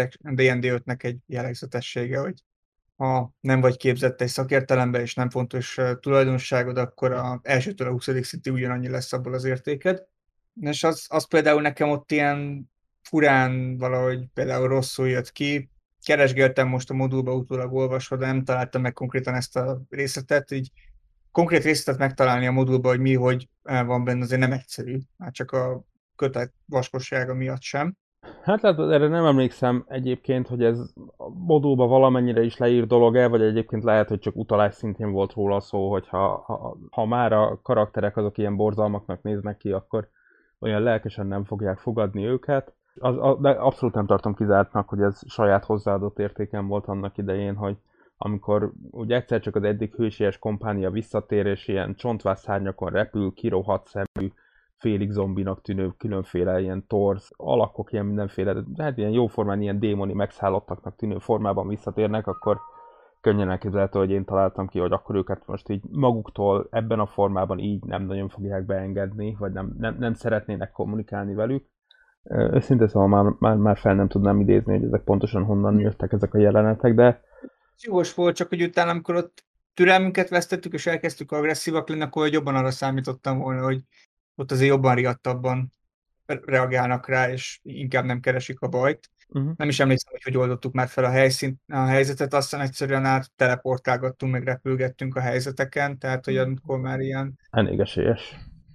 D&D 5-nek egy jellegzetessége, hogy ha nem vagy képzett egy szakértelembe, és nem fontos tulajdonságod, akkor az elsőtől a 20. szintig ugyanannyi lesz abból az értéked. És az például nekem ott ilyen furán valahogy például rosszul jött ki. Keresgéltem most a modulba utólag olvasva, de nem találtam meg konkrétan ezt a részletet. Így konkrét részletet megtalálni a modulba, hogy mi, hogy van benne, azért nem egyszerű. Már csak a kötet vaskossága miatt sem. Hát látod, erre nem emlékszem egyébként, hogy ez a modulban valamennyire is leír dolog-e, vagy egyébként lehet, hogy csak utalás szintén volt róla szó, hogy ha már a karakterek azok ilyen borzalmaknak néznek ki, akkor olyan lelkesen nem fogják fogadni őket. De abszolút nem tartom kizártnak, hogy ez saját hozzáadott értéken volt annak idején, hogy amikor ugye egyszer csak az eddig hősies kompánia visszatér, és ilyen csontvász szárnyakon repül, kirohadt szemű, félig zombinak tűnő különféle ilyen torz alakok, ilyen mindenféle, hát ilyen jóformán ilyen démoni megszállottaknak tűnő formában visszatérnek, akkor könnyen elképzelhető, hogy én találtam ki, hogy akkor őket most így maguktól ebben a formában így nem nagyon fogják beengedni, vagy nem szeretnének kommunikálni velük. Őszintén szóval már fel nem tudnám idézni, hogy ezek pontosan honnan jöttek ezek a jelenetek, de... Jogos volt, csak hogy utána, amikor ott türelmünket vesztettük, és elkezdtük agresszívak lenni, akkor jobban arra számítottam volna, hogy ott azért jobban riadtabban reagálnak rá, és inkább nem keresik a bajt. Uh-huh. Nem is emlékszem, hogy oldottuk már fel a helyzetet, aztán egyszerűen teleportálgattunk, meg repülgettünk a helyzeteken, tehát hogy amikor már ilyen Elég esélyes.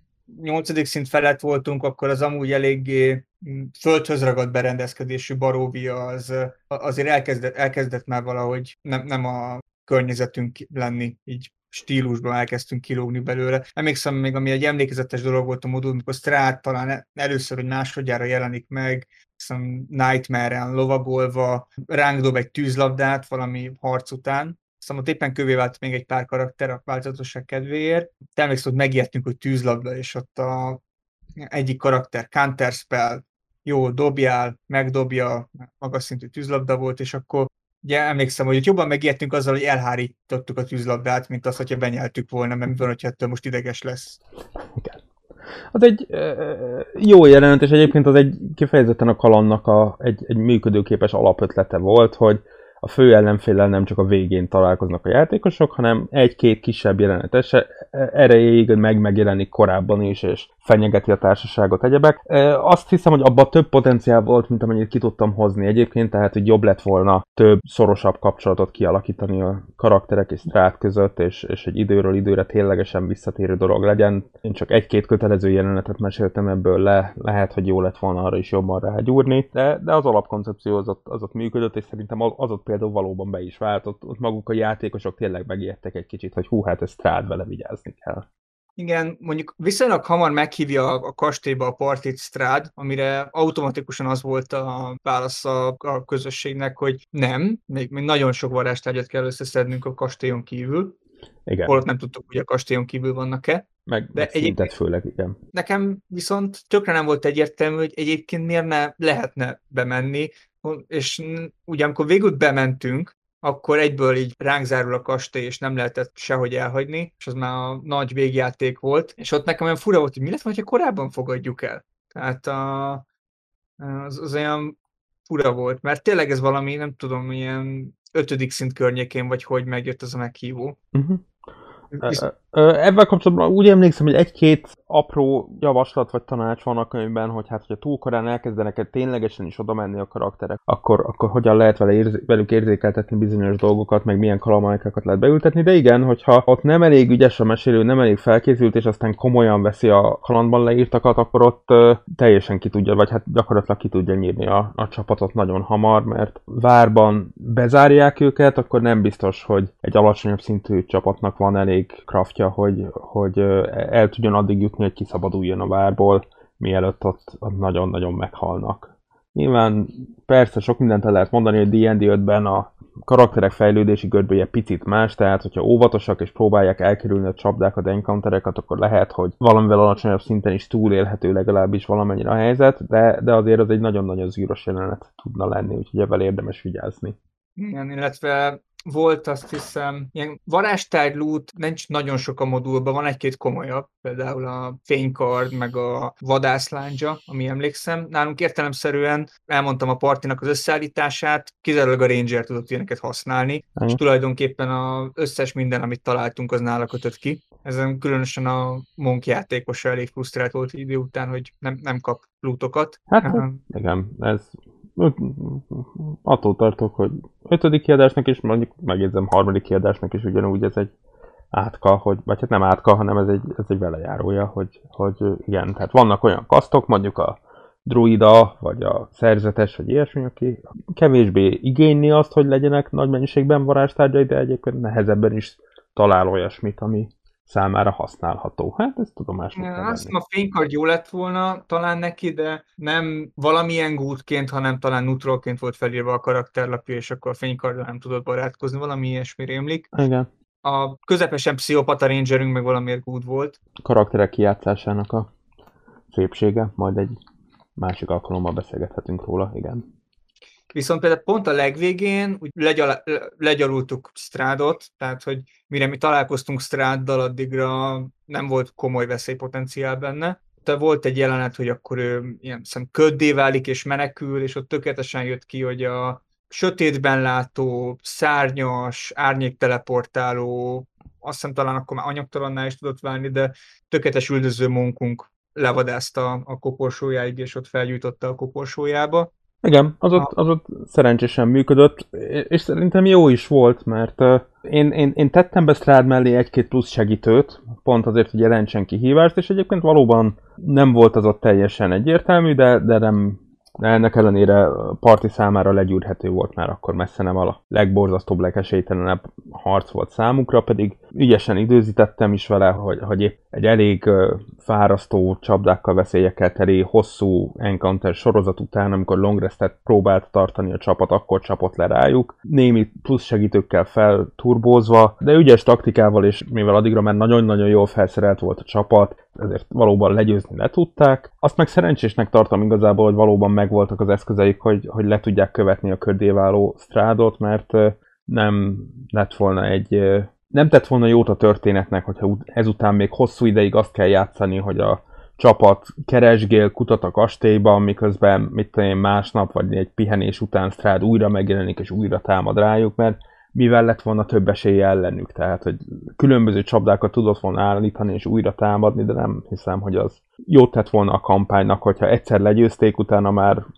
8. szint felett voltunk, akkor az amúgy eléggé földhöz ragadt berendezkedésű baróvia az azért elkezdett már valahogy nem a környezetünk lenni, így stílusban elkezdtünk kilógni belőle. Emlékszem még, ami egy emlékezetes dolog volt a modul, amikor Strahd talán először, hogy másodjára jelenik meg, Nightmare-en lovagolva, ránk dob egy tűzlabdát valami harc után, aztán ott éppen kövé vált még egy pár karakter a változatosság kedvéért. Te emlékszem, hogy megijedtünk, hogy tűzlabda, és ott egyik karakter counterspell, jó, dobjál, megdobja, magas szintű tűzlabda volt, és akkor ugye emlékszem, hogy jobban megijedtünk azzal, hogy elhárítottuk a tűzlabdát, mint azt, hogyha benyeltük volna, mert mi van, hogyha ettől most ideges lesz. Igen. Az egy jó jelenet, és egyébként az egy kifejezetten a kalandnak egy működőképes alapötlete volt, hogy a fő ellenféllel nem csak a végén találkoznak a játékosok, hanem egy-két kisebb jelenet erejéig megjelenik korábban is, és fenyegeti a társaságot, egyebek. Azt hiszem, hogy abban több potenciál volt, mint amennyit ki tudtam hozni egyébként, tehát hogy jobb lett volna több szorosabb kapcsolatot kialakítani a karakterek és Strahd között, és egy időről időre ténylegesen visszatérő dolog legyen. Én csak egy-két kötelező jelenetet meséltem ebből le, lehet, hogy jó lett volna arra is jobban rágyúrni, de az alapkoncepció az ott működött, és szerintem az ott például valóban be is vált, ott maguk a játékosok tényleg megijedtek egy kicsit, hogy hú, hát ez Strahd, vele vigyázni kell. Igen, mondjuk viszonylag hamar meghívja a kastélyba a partit Strahd, amire automatikusan az volt a válasz a közösségnek, hogy nem, még nagyon sok varázstárgyat kell összeszednünk a kastélyon kívül. Igen. Holott nem tudtuk, hogy a kastélyon kívül vannak-e. Meg szintet főleg, igen. Nekem viszont tökre nem volt egyértelmű, hogy egyébként miért ne lehetne bemenni, és ugye amikor végül bementünk, akkor egyből így ránk zárul a kastély, és nem lehetett sehogy elhagyni, és az már a nagy végjáték volt, és ott nekem olyan fura volt, hogy mi lett, ha korábban fogadjuk el. Tehát az olyan fura volt, mert tényleg ez valami, nem tudom, ilyen 5. szint környékén, vagy hogy megjött az a meghívó. Uh-huh. Ebben kapcsolatban úgy emlékszem, hogy egy-két apró javaslat vagy tanács van a könyvben, hogy hát, hogyha túl korán elkezdenek ténylegesen is oda menni a karakterek, akkor hogyan lehet velük érzékeltetni bizonyos dolgokat, meg milyen kalamajkákat lehet beültetni, de igen, hogyha ott nem elég ügyes a mesélő, nem elég felkészült, és aztán komolyan veszi a kalandban leírtakat, akkor ott teljesen ki tudja, vagy hát gyakorlatilag ki tudja nyírni a csapatot nagyon hamar, mert várban bezárják őket, akkor nem biztos, hogy egy alacsonyabb szintű csapatnak van elég craftja, hogy el tudjon addig jutni, hogy kiszabaduljon a várból, mielőtt ott nagyon-nagyon meghalnak. Nyilván persze sok mindent el lehet mondani, hogy D&D 5-ben a karakterek fejlődési görbéje picit más, tehát hogyha óvatosak és próbálják elkerülni a csapdákat, encountereket, akkor lehet, hogy valamivel alacsonyabb szinten is túlélhető legalábbis valamennyire a helyzet, de azért az egy nagyon-nagyon zűrös jelenet tudna lenni, úgyhogy ebben érdemes vigyázni. Igen, illetve volt, azt hiszem, ilyen varázstárgy loot, nincs nagyon sok a modulban, van egy-két komolyabb, például a fénykard, meg a vadászlándzsa, ami emlékszem. Nálunk értelemszerűen elmondtam a partinak az összeállítását, kizárólag a Ranger tudott ilyeneket használni, és tulajdonképpen az összes minden, amit találtunk, az nála kötött ki. Ezen különösen a Monk játékosa elég frusztrált volt idő után, hogy nem kap lootokat. Hát igen, ez attól tartok, hogy 5. kiadásnak is, mondjuk megjegyzem 3. kiadásnak is ugyanúgy ez egy átka, vagy hát nem átka, hanem ez egy velejárója, hogy igen, tehát vannak olyan kasztok, mondjuk a druida, vagy a szerzetes, vagy ilyesmi, aki kevésbé igényli azt, hogy legyenek nagy mennyiségben varázstárgyai, de egyébként nehezebben is talál olyasmit, ami számára használható. Hát ezt tudomásnak kell venni. Azt hiszem, a fénykard jó lett volna talán neki, de nem valamilyen gútként, hanem talán neutralként volt felírva a karakterlapja, és akkor a fénykarddal nem tudott barátkozni, valami ilyesmi rémlik. Igen. A közepesen pszichopata rangerünk meg valamiért good volt. Karakterek kijátszásának a szépsége, majd egy másik alkalommal beszélgethetünk róla, igen. Viszont például pont a legvégén úgy legyalultuk Strahdot, tehát hogy mire mi találkoztunk Strahddal, addigra nem volt komoly veszélypotenciál benne. De volt egy jelenet, hogy akkor ő ilyen köddé válik és menekül, és ott tökéletesen jött ki, hogy a sötétben látó, szárnyas, árnyékteleportáló, azt hiszem talán akkor már anyagtalannál is tudott válni, de tökéletes üldöző munkunk levadázta a koporsójáig, és ott felgyújtotta a koporsójába. Igen, az ott szerencsésen működött, és szerintem jó is volt, mert én tettem be Strahd mellé egy-két plusz segítőt, pont azért, hogy jelentsen kihívást, és egyébként valóban nem volt az ott teljesen egyértelmű, de nem, de ennek ellenére a parti számára legyűrhető volt, már akkor messze nem a legborzasztóbb, legesélytelenebb harc volt számukra, pedig ügyesen időzítettem is vele, hogy épp egy elég fárasztó csapdákkal, veszélyekkel teli hosszú encounter sorozat után, amikor long restet próbált tartani a csapat, akkor csapott le rájuk. Némi plusz segítőkkel felturbózva, de ügyes taktikával, és mivel addigra már nagyon-nagyon jól felszerelt volt a csapat, ezért valóban legyőzni le tudták. Azt meg szerencsésnek tartom igazából, hogy valóban megvoltak az eszközeik, hogy le tudják követni a köddé váló Strahdot, mert nem lett volna nem tett volna jót a történetnek, hogyha ezután még hosszú ideig azt kell játszani, hogy a csapat keresgél, kutat a kastélyban, miközben mit tudom én, másnap vagy egy pihenés után Strahd újra megjelenik és újra támad rájuk, mert mivel lett volna több esélye ellenük, tehát hogy különböző csapdákat tudott volna állítani és újra támadni, de nem hiszem, hogy az jót tett volna a kampánynak, hogyha egyszer legyőzték, utána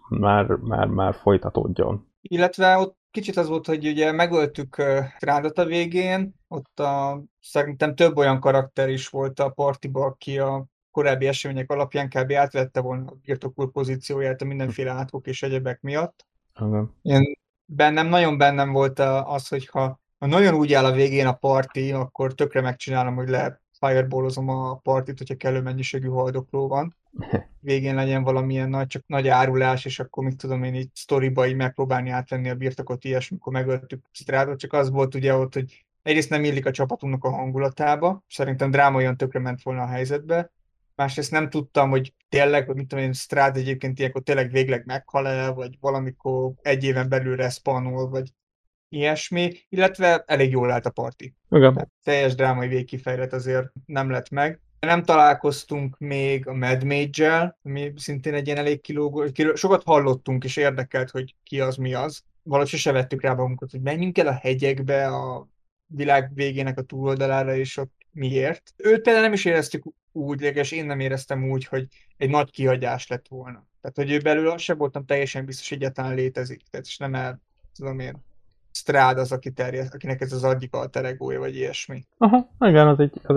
már folytatódjon. Illetve ott kicsit az volt, hogy ugye megöltük Strahdot a végén, ott szerintem több olyan karakter is volt a partiba, aki a korábbi események alapján kb. Átvette volna a birtokul pozícióját a mindenféle átkok és egyebek miatt. Én nagyon bennem volt az, hogy ha nagyon úgy áll a végén a parti, akkor tökre megcsinálom, hogy fireballozom a partit, hogyha kellő mennyiségű haldokló van. Végén legyen valamilyen csak nagy árulás, és akkor mit tudom én így sztoriba így megpróbálni átvenni a birtokot ilyesmikor megöltük Strahdot, csak az volt ugye ott, hogy egyrészt nem illik a csapatunknak a hangulatába, szerintem dráma olyan tökre ment volna a helyzetbe, másrészt nem tudtam, hogy tényleg, hogy mit tudom én, Strahd egyébként ilyenkor tényleg végleg meghal el, vagy valamikor egy éven belül respawnol, vagy ilyesmi, illetve elég jól állt a parti. Teljes drámai végkifejlet azért nem lett meg. Nem találkoztunk még a Mad Mage-el, ami szintén egy ilyen elég kilógó. Sokat hallottunk és érdekelt, hogy ki az, mi az. Valahogy sose vettük rá magunkat, hogy menjünk el a hegyekbe a világ végének a túloldalára, és ott miért. Őt például nem is éreztük úgy, legalábbis én nem éreztem úgy, hogy egy nagy kihagyás lett volna. Tehát, hogy ő belül sem voltam teljesen biztos, hogy egyáltalán létezik. Tehát, és nem tudom én, Strahd az, akinek ez az egyik alter egója, vagy ilyesmi. Aha, igen,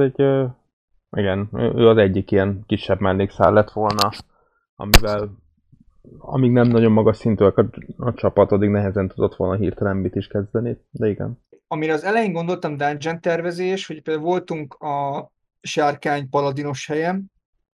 igen, ő az egyik ilyen kisebb mellékszál lett volna, amíg nem nagyon magas szintűek a csapat, addig nehezen tudott volna hirtelen mit is kezdeni, de igen. Amire az elején gondoltam dungeon tervezés, hogy például voltunk a sárkány paladinos helyen,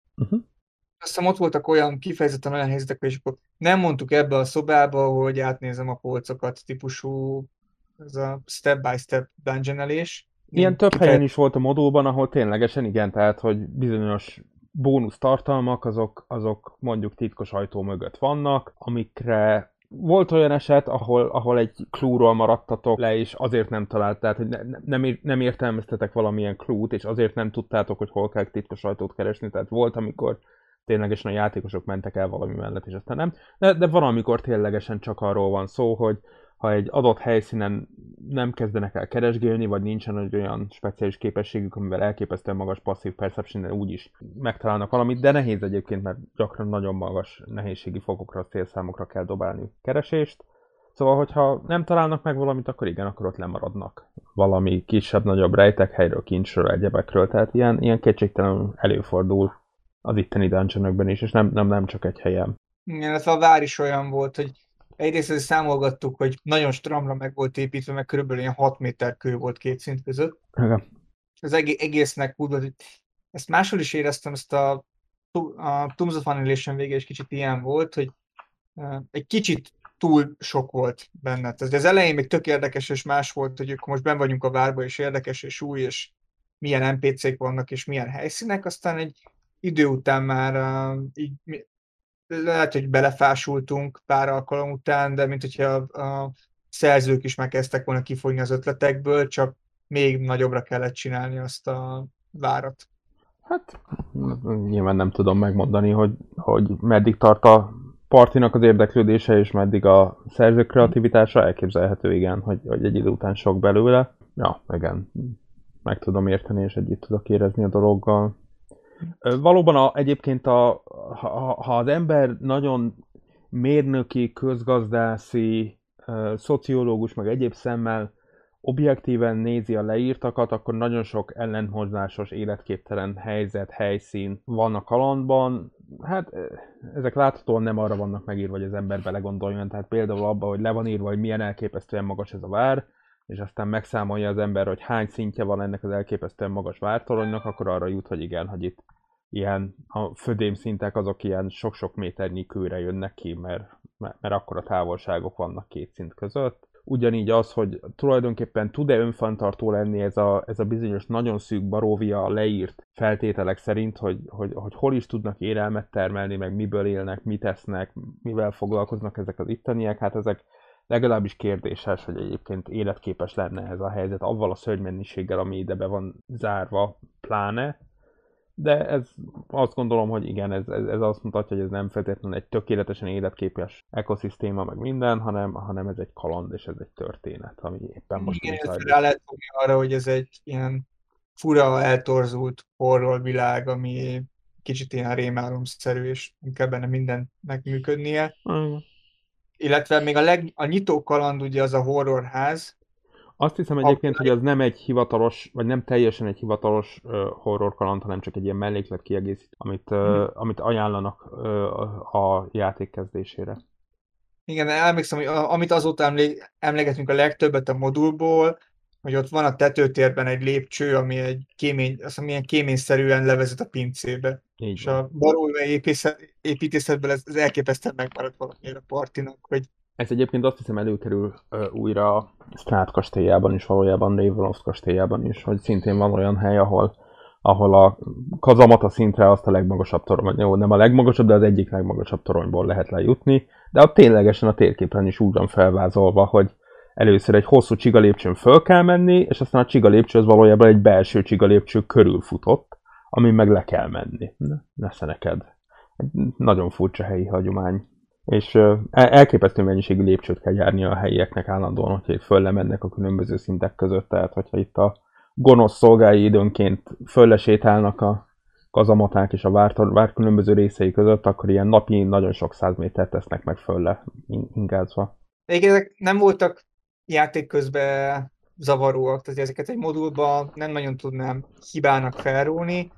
azt hiszem ott voltak kifejezetten olyan helyzetek, és akkor nem mondtuk ebbe a szobába, hogy átnézem a polcokat típusú, ez a step-by-step dungeonelés. Ilyen több helyen is volt a modulban, ahol ténylegesen igen, tehát hogy bizonyos bónusz tartalmak, azok mondjuk titkos ajtó mögött vannak, amikre volt olyan eset, ahol egy clue-ról maradtatok le, és azért nem talált, tehát hogy nem értelmeztetek valamilyen clue-t, és azért nem tudtátok, hogy hol kell titkos ajtót keresni, tehát volt, amikor ténylegesen a játékosok mentek el valami mellett, és aztán nem. De van, amikor ténylegesen csak arról van szó, hogy ha egy adott helyszínen nem kezdenek el keresgélni, vagy nincsen egy olyan speciális képességük, amivel elképesztően magas passzív perception-nel úgyis megtalálnak valamit, de nehéz egyébként, mert gyakran nagyon magas nehézségi fokokra, célszámokra kell dobálni keresést. Szóval, hogyha nem találnak meg valamit, akkor igen, akkor ott lemaradnak. Valami kisebb-nagyobb rejtekhelyről, kincsről, egyebekről, tehát ilyen kétségtelenül előfordul az itteni dungeonökben is, és nem csak egy helyen. Igen, ez a vár is olyan volt, hogy egyrészt számolgattuk, hogy nagyon stramra meg volt építve, meg körülbelül ilyen 6 méter kő volt két szint között. Igen. Az egésznek úgy volt, hogy ezt máshol is éreztem, ezt a Tombs of Annihilation vége is kicsit ilyen volt, hogy egy kicsit túl sok volt benne. Tehát az elején még tök érdekes és más volt, hogy akkor most benn vagyunk a várba, és érdekes és új, és milyen NPC-k vannak, és milyen helyszínek, aztán egy idő után már így lehet, hogy belefásultunk pár alkalom után, de mint hogyha a szerzők is megkezdtek volna kifogni az ötletekből, csak még nagyobbra kellett csinálni azt a várat. Hát nyilván nem tudom megmondani, hogy meddig tart a partinak az érdeklődése, és meddig a szerzők kreativitása, elképzelhető igen, hogy egy idő után sok belőle. Ja, igen, meg tudom érteni, és együtt tudok érezni a dologgal. Valóban egyébként ha az ember nagyon mérnöki, közgazdászi, szociológus, meg egyéb szemmel objektíven nézi a leírtakat, akkor nagyon sok ellentmondásos, életképtelen helyzet, helyszín van a kalandban. Hát ezek láthatóan nem arra vannak megírva, hogy az ember belegondoljon. Tehát például abban, hogy le van írva, hogy milyen elképesztően magas ez a vár, és aztán megszámolja az ember, hogy hány szintje van ennek az elképesztően magas vártoronynak, akkor arra jut, hogy igen, hogy itt ilyen a födémszintek azok ilyen sok-sok méternyi kőre jönnek ki, mert akkora távolságok vannak két szint között. Ugyanígy az, hogy tulajdonképpen tud-e önfenntartó lenni ez a bizonyos nagyon szűk baróvia leírt feltételek szerint, hogy hol is tudnak élelmet termelni, meg miből élnek, mit esznek, mivel foglalkoznak ezek az itteniek, hát ezek legalábbis kérdéses, hogy egyébként életképes lenne ez a helyzet avval a szörnymennyiséggel, ami ide be van zárva, pláne. De ez azt gondolom, hogy igen, ez azt mutatja, hogy ez nem feltétlenül egy tökéletesen életképes ekoszisztéma, meg minden, hanem ez egy kaland, és ez egy történet, ami éppen most Igen, zajlik. rá lehet fogni arra, hogy ez egy ilyen fura, eltorzult horror világ, ami kicsit ilyen rémálomszerű, és inkább benne mindennek működnie. Illetve még a nyitó kaland ugye az a horrorház. Azt hiszem egyébként, hogy az nem egy hivatalos, vagy nem teljesen egy hivatalos horror kaland, hanem csak egy ilyen melléklet kiegészít, amit ajánlanak a játék kezdésére. Igen, emlékszem, hogy amit azóta emlegetünk a legtöbbet a modulból, hogy ott van a tetőtérben egy lépcső, ami egy kémény, azt milyen kéményszerűen levezet a pincébe. Így és van. a barói építészetből ez elképesztően megmaradt valamiért a partinak, hogy Ez egyébként azt hiszem előkerül újra a Strahd kastélyában is, valójában Ravenloft kastélyában is, hogy szintén van olyan hely, ahol a kazamata szintre azt a legmagasabb torony, jó, nem a legmagasabb, de az egyik legmagasabb toronyból lehet lejutni, de ott ténylegesen a térképen is úgy van felvázolva, hogy először egy hosszú csigalépcsőn föl kell menni, és aztán a csigalépcső az valójában egy belső csigalépcső körül futott, amin meg le kell menni. Nesze neked. Egy nagyon furcsa helyi hagyomány. És elképesztő mennyiségű lépcsőt kell járni a helyieknek állandóan, hogyha itt föl mennek a különböző szintek között, tehát hogyha itt a gonosz szolgái időnként föllesétálnak a kazamaták és a vár különböző részei között, akkor ilyen napi nagyon sok 100 métert tesznek meg fölle ingázva. De ezek nem voltak játék közben zavaróak, tehát ezeket egy modulban nem nagyon tudnám hibának felróni,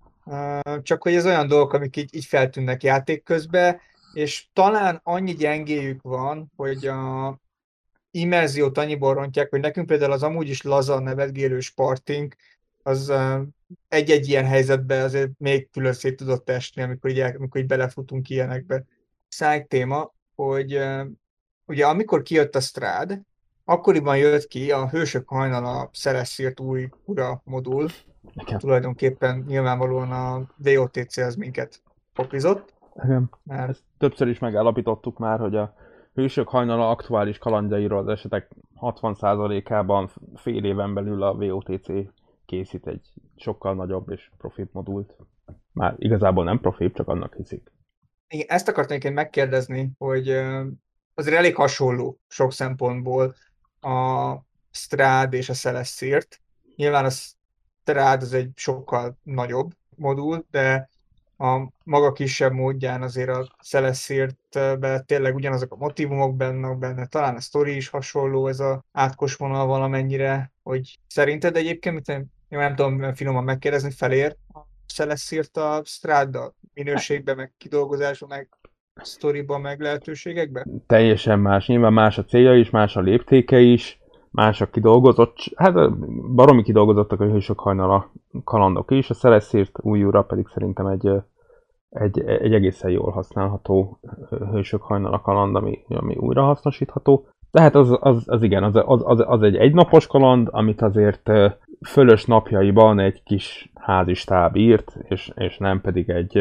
csak hogy ez olyan dolgok, amik így feltűnnek játék közben, és talán annyi gyengéjük van, hogy a immerziót annyiból rontják, hogy nekünk például az amúgy is laza nevetgélős partink, az egy-egy ilyen helyzetben azért még külön szét tudott esni, amikor így belefutunk ilyenekbe. Száj téma, hogy ugye amikor kijött a Strahd, akkoriban jött ki a Hősök hajnala Celestírt új ura modul. Igen. Tulajdonképpen nyilvánvalóan a VOTC az minket popizott. Igen. Mert... Ezt többször is megállapítottuk már, hogy a Hősök hajnala aktuális kalandjairól az esetek 60%-ában fél éven belül a VOTC készít egy sokkal nagyobb és profibb modult. Már igazából nem profib, csak annak hiszik. Igen, ezt akartam egyébként megkérdezni, hogy azért elég hasonló sok szempontból a Strahd és a Celestírt. Nyilván a Strahd az egy sokkal nagyobb modul, de a maga kisebb módján azért a Celestirtben tényleg ugyanazok a motivumok benne, talán a sztori is hasonló, ez a átkos vonal valamennyire, hogy szerinted egyébként, nem tudom finoman megkérdezni, felér a Celestirt a Strahddal minőségben, meg kidolgozásban, meg sztoriban, meg lehetőségekben? Teljesen más. Nyilván más a célja is, más a léptéke is, más a kidolgozott, hát baromi kidolgozottak a Hősök hajnala kalandok is, a Celestirt újúra pedig szerintem egy egészen jól használható Hősök hajnala kaland, ami újra hasznosítható. Tehát az igen, az egy egynapos kaland, amit azért fölös napjaiban egy kis házistáb írt, és nem pedig egy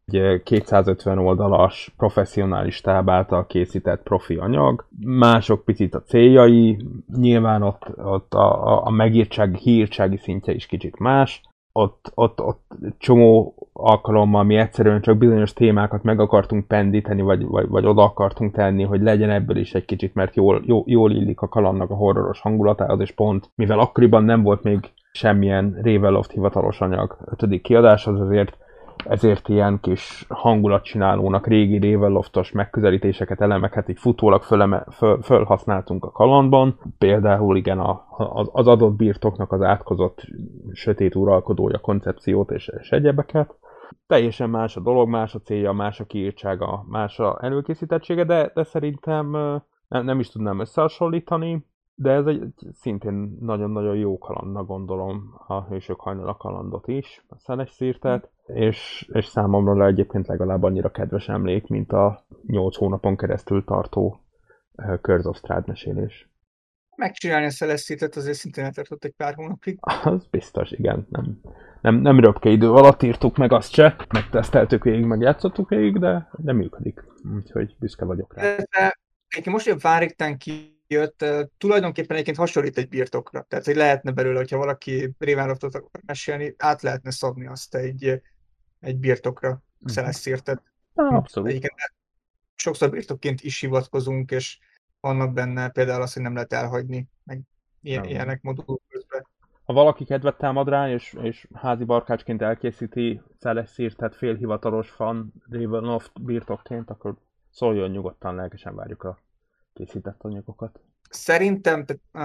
250 oldalas professzionális stáb által készített profi anyag. Mások picit a céljai, nyilván ott a megírtság, hírtsági szintje is kicsit más. Ott csomó alkalommal mi egyszerűen csak bizonyos témákat meg akartunk pendíteni, vagy oda akartunk tenni, hogy legyen ebből is egy kicsit, mert jól illik a kalandnak a horroros hangulatához, és pont, mivel akkoriban nem volt még semmilyen Ravenloft hivatalos anyag 5. kiadáshoz, azért ezért ilyen kis hangulatcsinálónak, régi Ravenloftos megközelítéseket, elemeket így futólag fölhasználtunk a kalandban. Például igen, az adott birtoknak az átkozott sötét uralkodója koncepciót és egyebeket. Teljesen más a dolog, más a célja, más a kiírtsága, más a előkészítettsége, de szerintem nem is tudnám összehasonlítani. De ez egy szintén nagyon-nagyon jó kalandnak gondolom a Hősök hajnala kalandot is, a Szenes Szirtet, és számomra egyébként legalább annyira kedves emlék, mint a 8 hónapon keresztül tartó Curse of Strahd mesélés. Megcsinálni a Szenes Szirtet azért szintén eltartott egy pár hónapig. Az biztos, igen. Nem röpke idő alatt írtuk meg azt se, megteszteltük végig, megjátszottuk végig, de működik. Úgyhogy büszke vagyok rá. Egyébként most, hogy a Vánriktán kijött, tulajdonképpen egyébként hasonlít egy birtokra. Tehát, hogy lehetne belőle, hogyha valaki Ravenloftot akar mesélni, át lehetne szabni azt egy birtokra, Szenes Szirtet. Abszolút. Egyébként sokszor birtokként is hivatkozunk, és vannak benne például az, hogy nem lehet elhagyni, meg ilyenek modul közben. Ha valaki kedvet támad rá, és házi barkácsként elkészíti Szenes Szirtet félhivatalos fan Ravenloft birtokként, akkor szóljon nyugodtan, lelkesen várjuk a készített anyagokat. Szerintem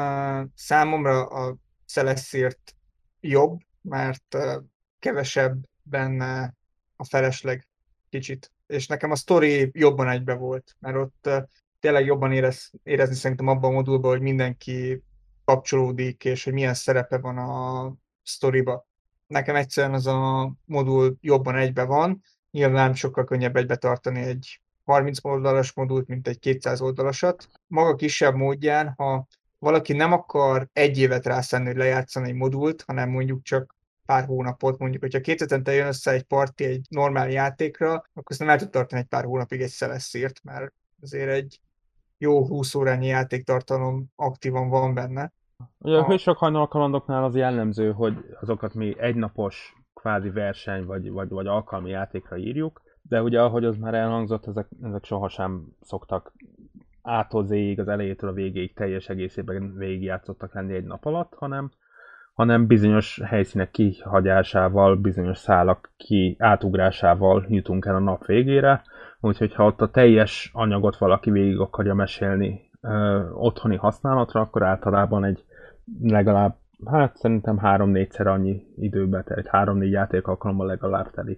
számomra a Szenes Szirt jobb, mert kevesebb benne a felesleg kicsit. És nekem a sztori jobban egybe volt, mert ott tényleg jobban érezni szerintem abban a modulban, hogy mindenki kapcsolódik, és hogy milyen szerepe van a sztoriba. Nekem egyszerűen az a modul jobban egybe van, nyilván sokkal könnyebb egybe tartani egy 30 oldalas modult, mint egy 200 oldalasat. Maga kisebb módján, ha valaki nem akar egy évet rászenni, hogy lejátszani egy modult, hanem mondjuk csak pár hónapot, mondjuk, hogyha 2 hetente jön össze egy parti egy normál játékra, akkor azt nem el tud tartani egy pár hónapig egy Szenes Szirt, mert azért egy jó 20 órányi játéktartalom aktívan van benne. Ugye a Hősök hajnala kalandoknál az jellemző, hogy azokat mi egynapos kvázi verseny vagy alkalmi játékra írjuk, de ugye ahogy az már elhangzott, ezek sohasem szoktak A-tól Z-ig, az elejétől a végéig teljes egészében végigjátszottak lenni egy nap alatt, hanem bizonyos helyszínek kihagyásával, bizonyos szálak átugrásával jutunk el a nap végére, úgyhogy ha ott a teljes anyagot valaki végig akarja mesélni otthoni használatra, akkor általában egy legalább, szerintem 3-4-szer annyi időbe telik, 3-4 játék alkalommal legalább telik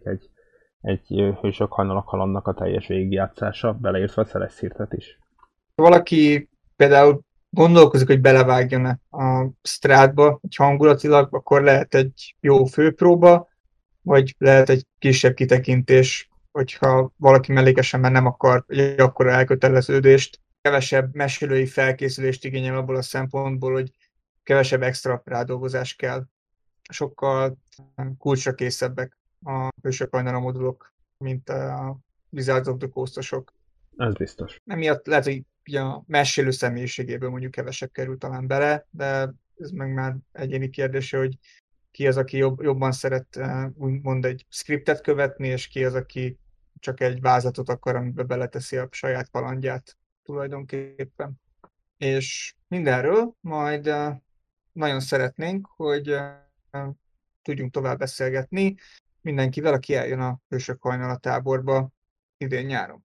egy Hősök hajnala kalandnak a teljes végigjátszása, beleértve a Szenes Szirtet is. Valaki például gondolkozik, hogy belevágjon a Strahdba, egy hangulatilag, akkor lehet egy jó főpróba, vagy lehet egy kisebb kitekintés, hogyha valaki mellékesen már nem akar egy akkora elköteleződést, kevesebb mesélői felkészülést igényel abból a szempontból, hogy kevesebb extra rádolgozás kell. Sokkal kulcsra készebbek a Hősök hajnala modulok, mint a Wizards of the Coast-osok. Ez biztos. Emiatt lehet, hogy a mesélő személyiségéből mondjuk kevesebb kerül talán bele, de ez meg már egyéni kérdése, hogy ki az, aki jobban szeret úgymond egy scriptet követni, és ki az, aki csak egy vázlatot akar, amiben beleteszi a saját kalandját tulajdonképpen. És mindenről majd nagyon szeretnénk, hogy tudjunk tovább beszélgetni mindenkivel, aki eljön a Hősök hajnala táborba idén nyáron.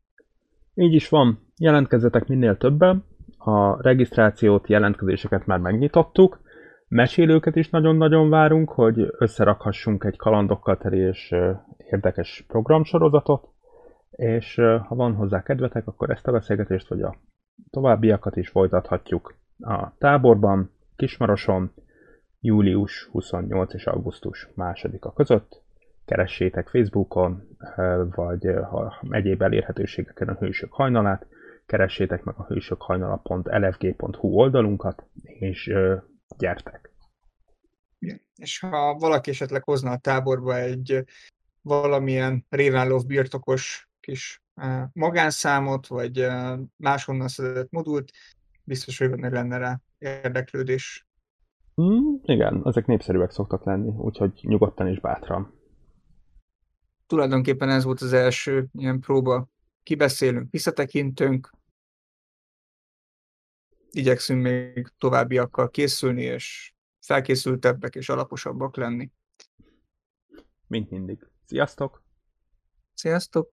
Így is van. Jelentkezzetek minél többen. A regisztrációt, jelentkezéseket már megnyitottuk. Mesélőket is nagyon-nagyon várunk, hogy összerakhassunk egy kalandokkal teli és érdekes programsorozatot. És ha van hozzá kedvetek, akkor ezt a beszélgetést vagy a továbbiakat is folytathatjuk a táborban, Kismaroson, július 28 és augusztus 2-a között. Keressétek Facebookon, vagy egyéb elérhetőségeken a Hősök hajnalát, keressétek meg a hősökhajnala.lfg.hu oldalunkat, és gyertek! És ha valaki esetleg hozna a táborba egy valamilyen Ravenloft birtokos kis magánszámot, vagy máshonnan szedett modult, biztos, hogy lenne rá érdeklődés. Igen, ezek népszerűek szoktak lenni, úgyhogy nyugodtan és bátran. Tulajdonképpen ez volt az első ilyen próba. Kibeszélünk, visszatekintünk, igyekszünk még továbbiakkal készülni, és felkészültebbek és alaposabbak lenni. Mint mindig. Sziasztok! Sziasztok!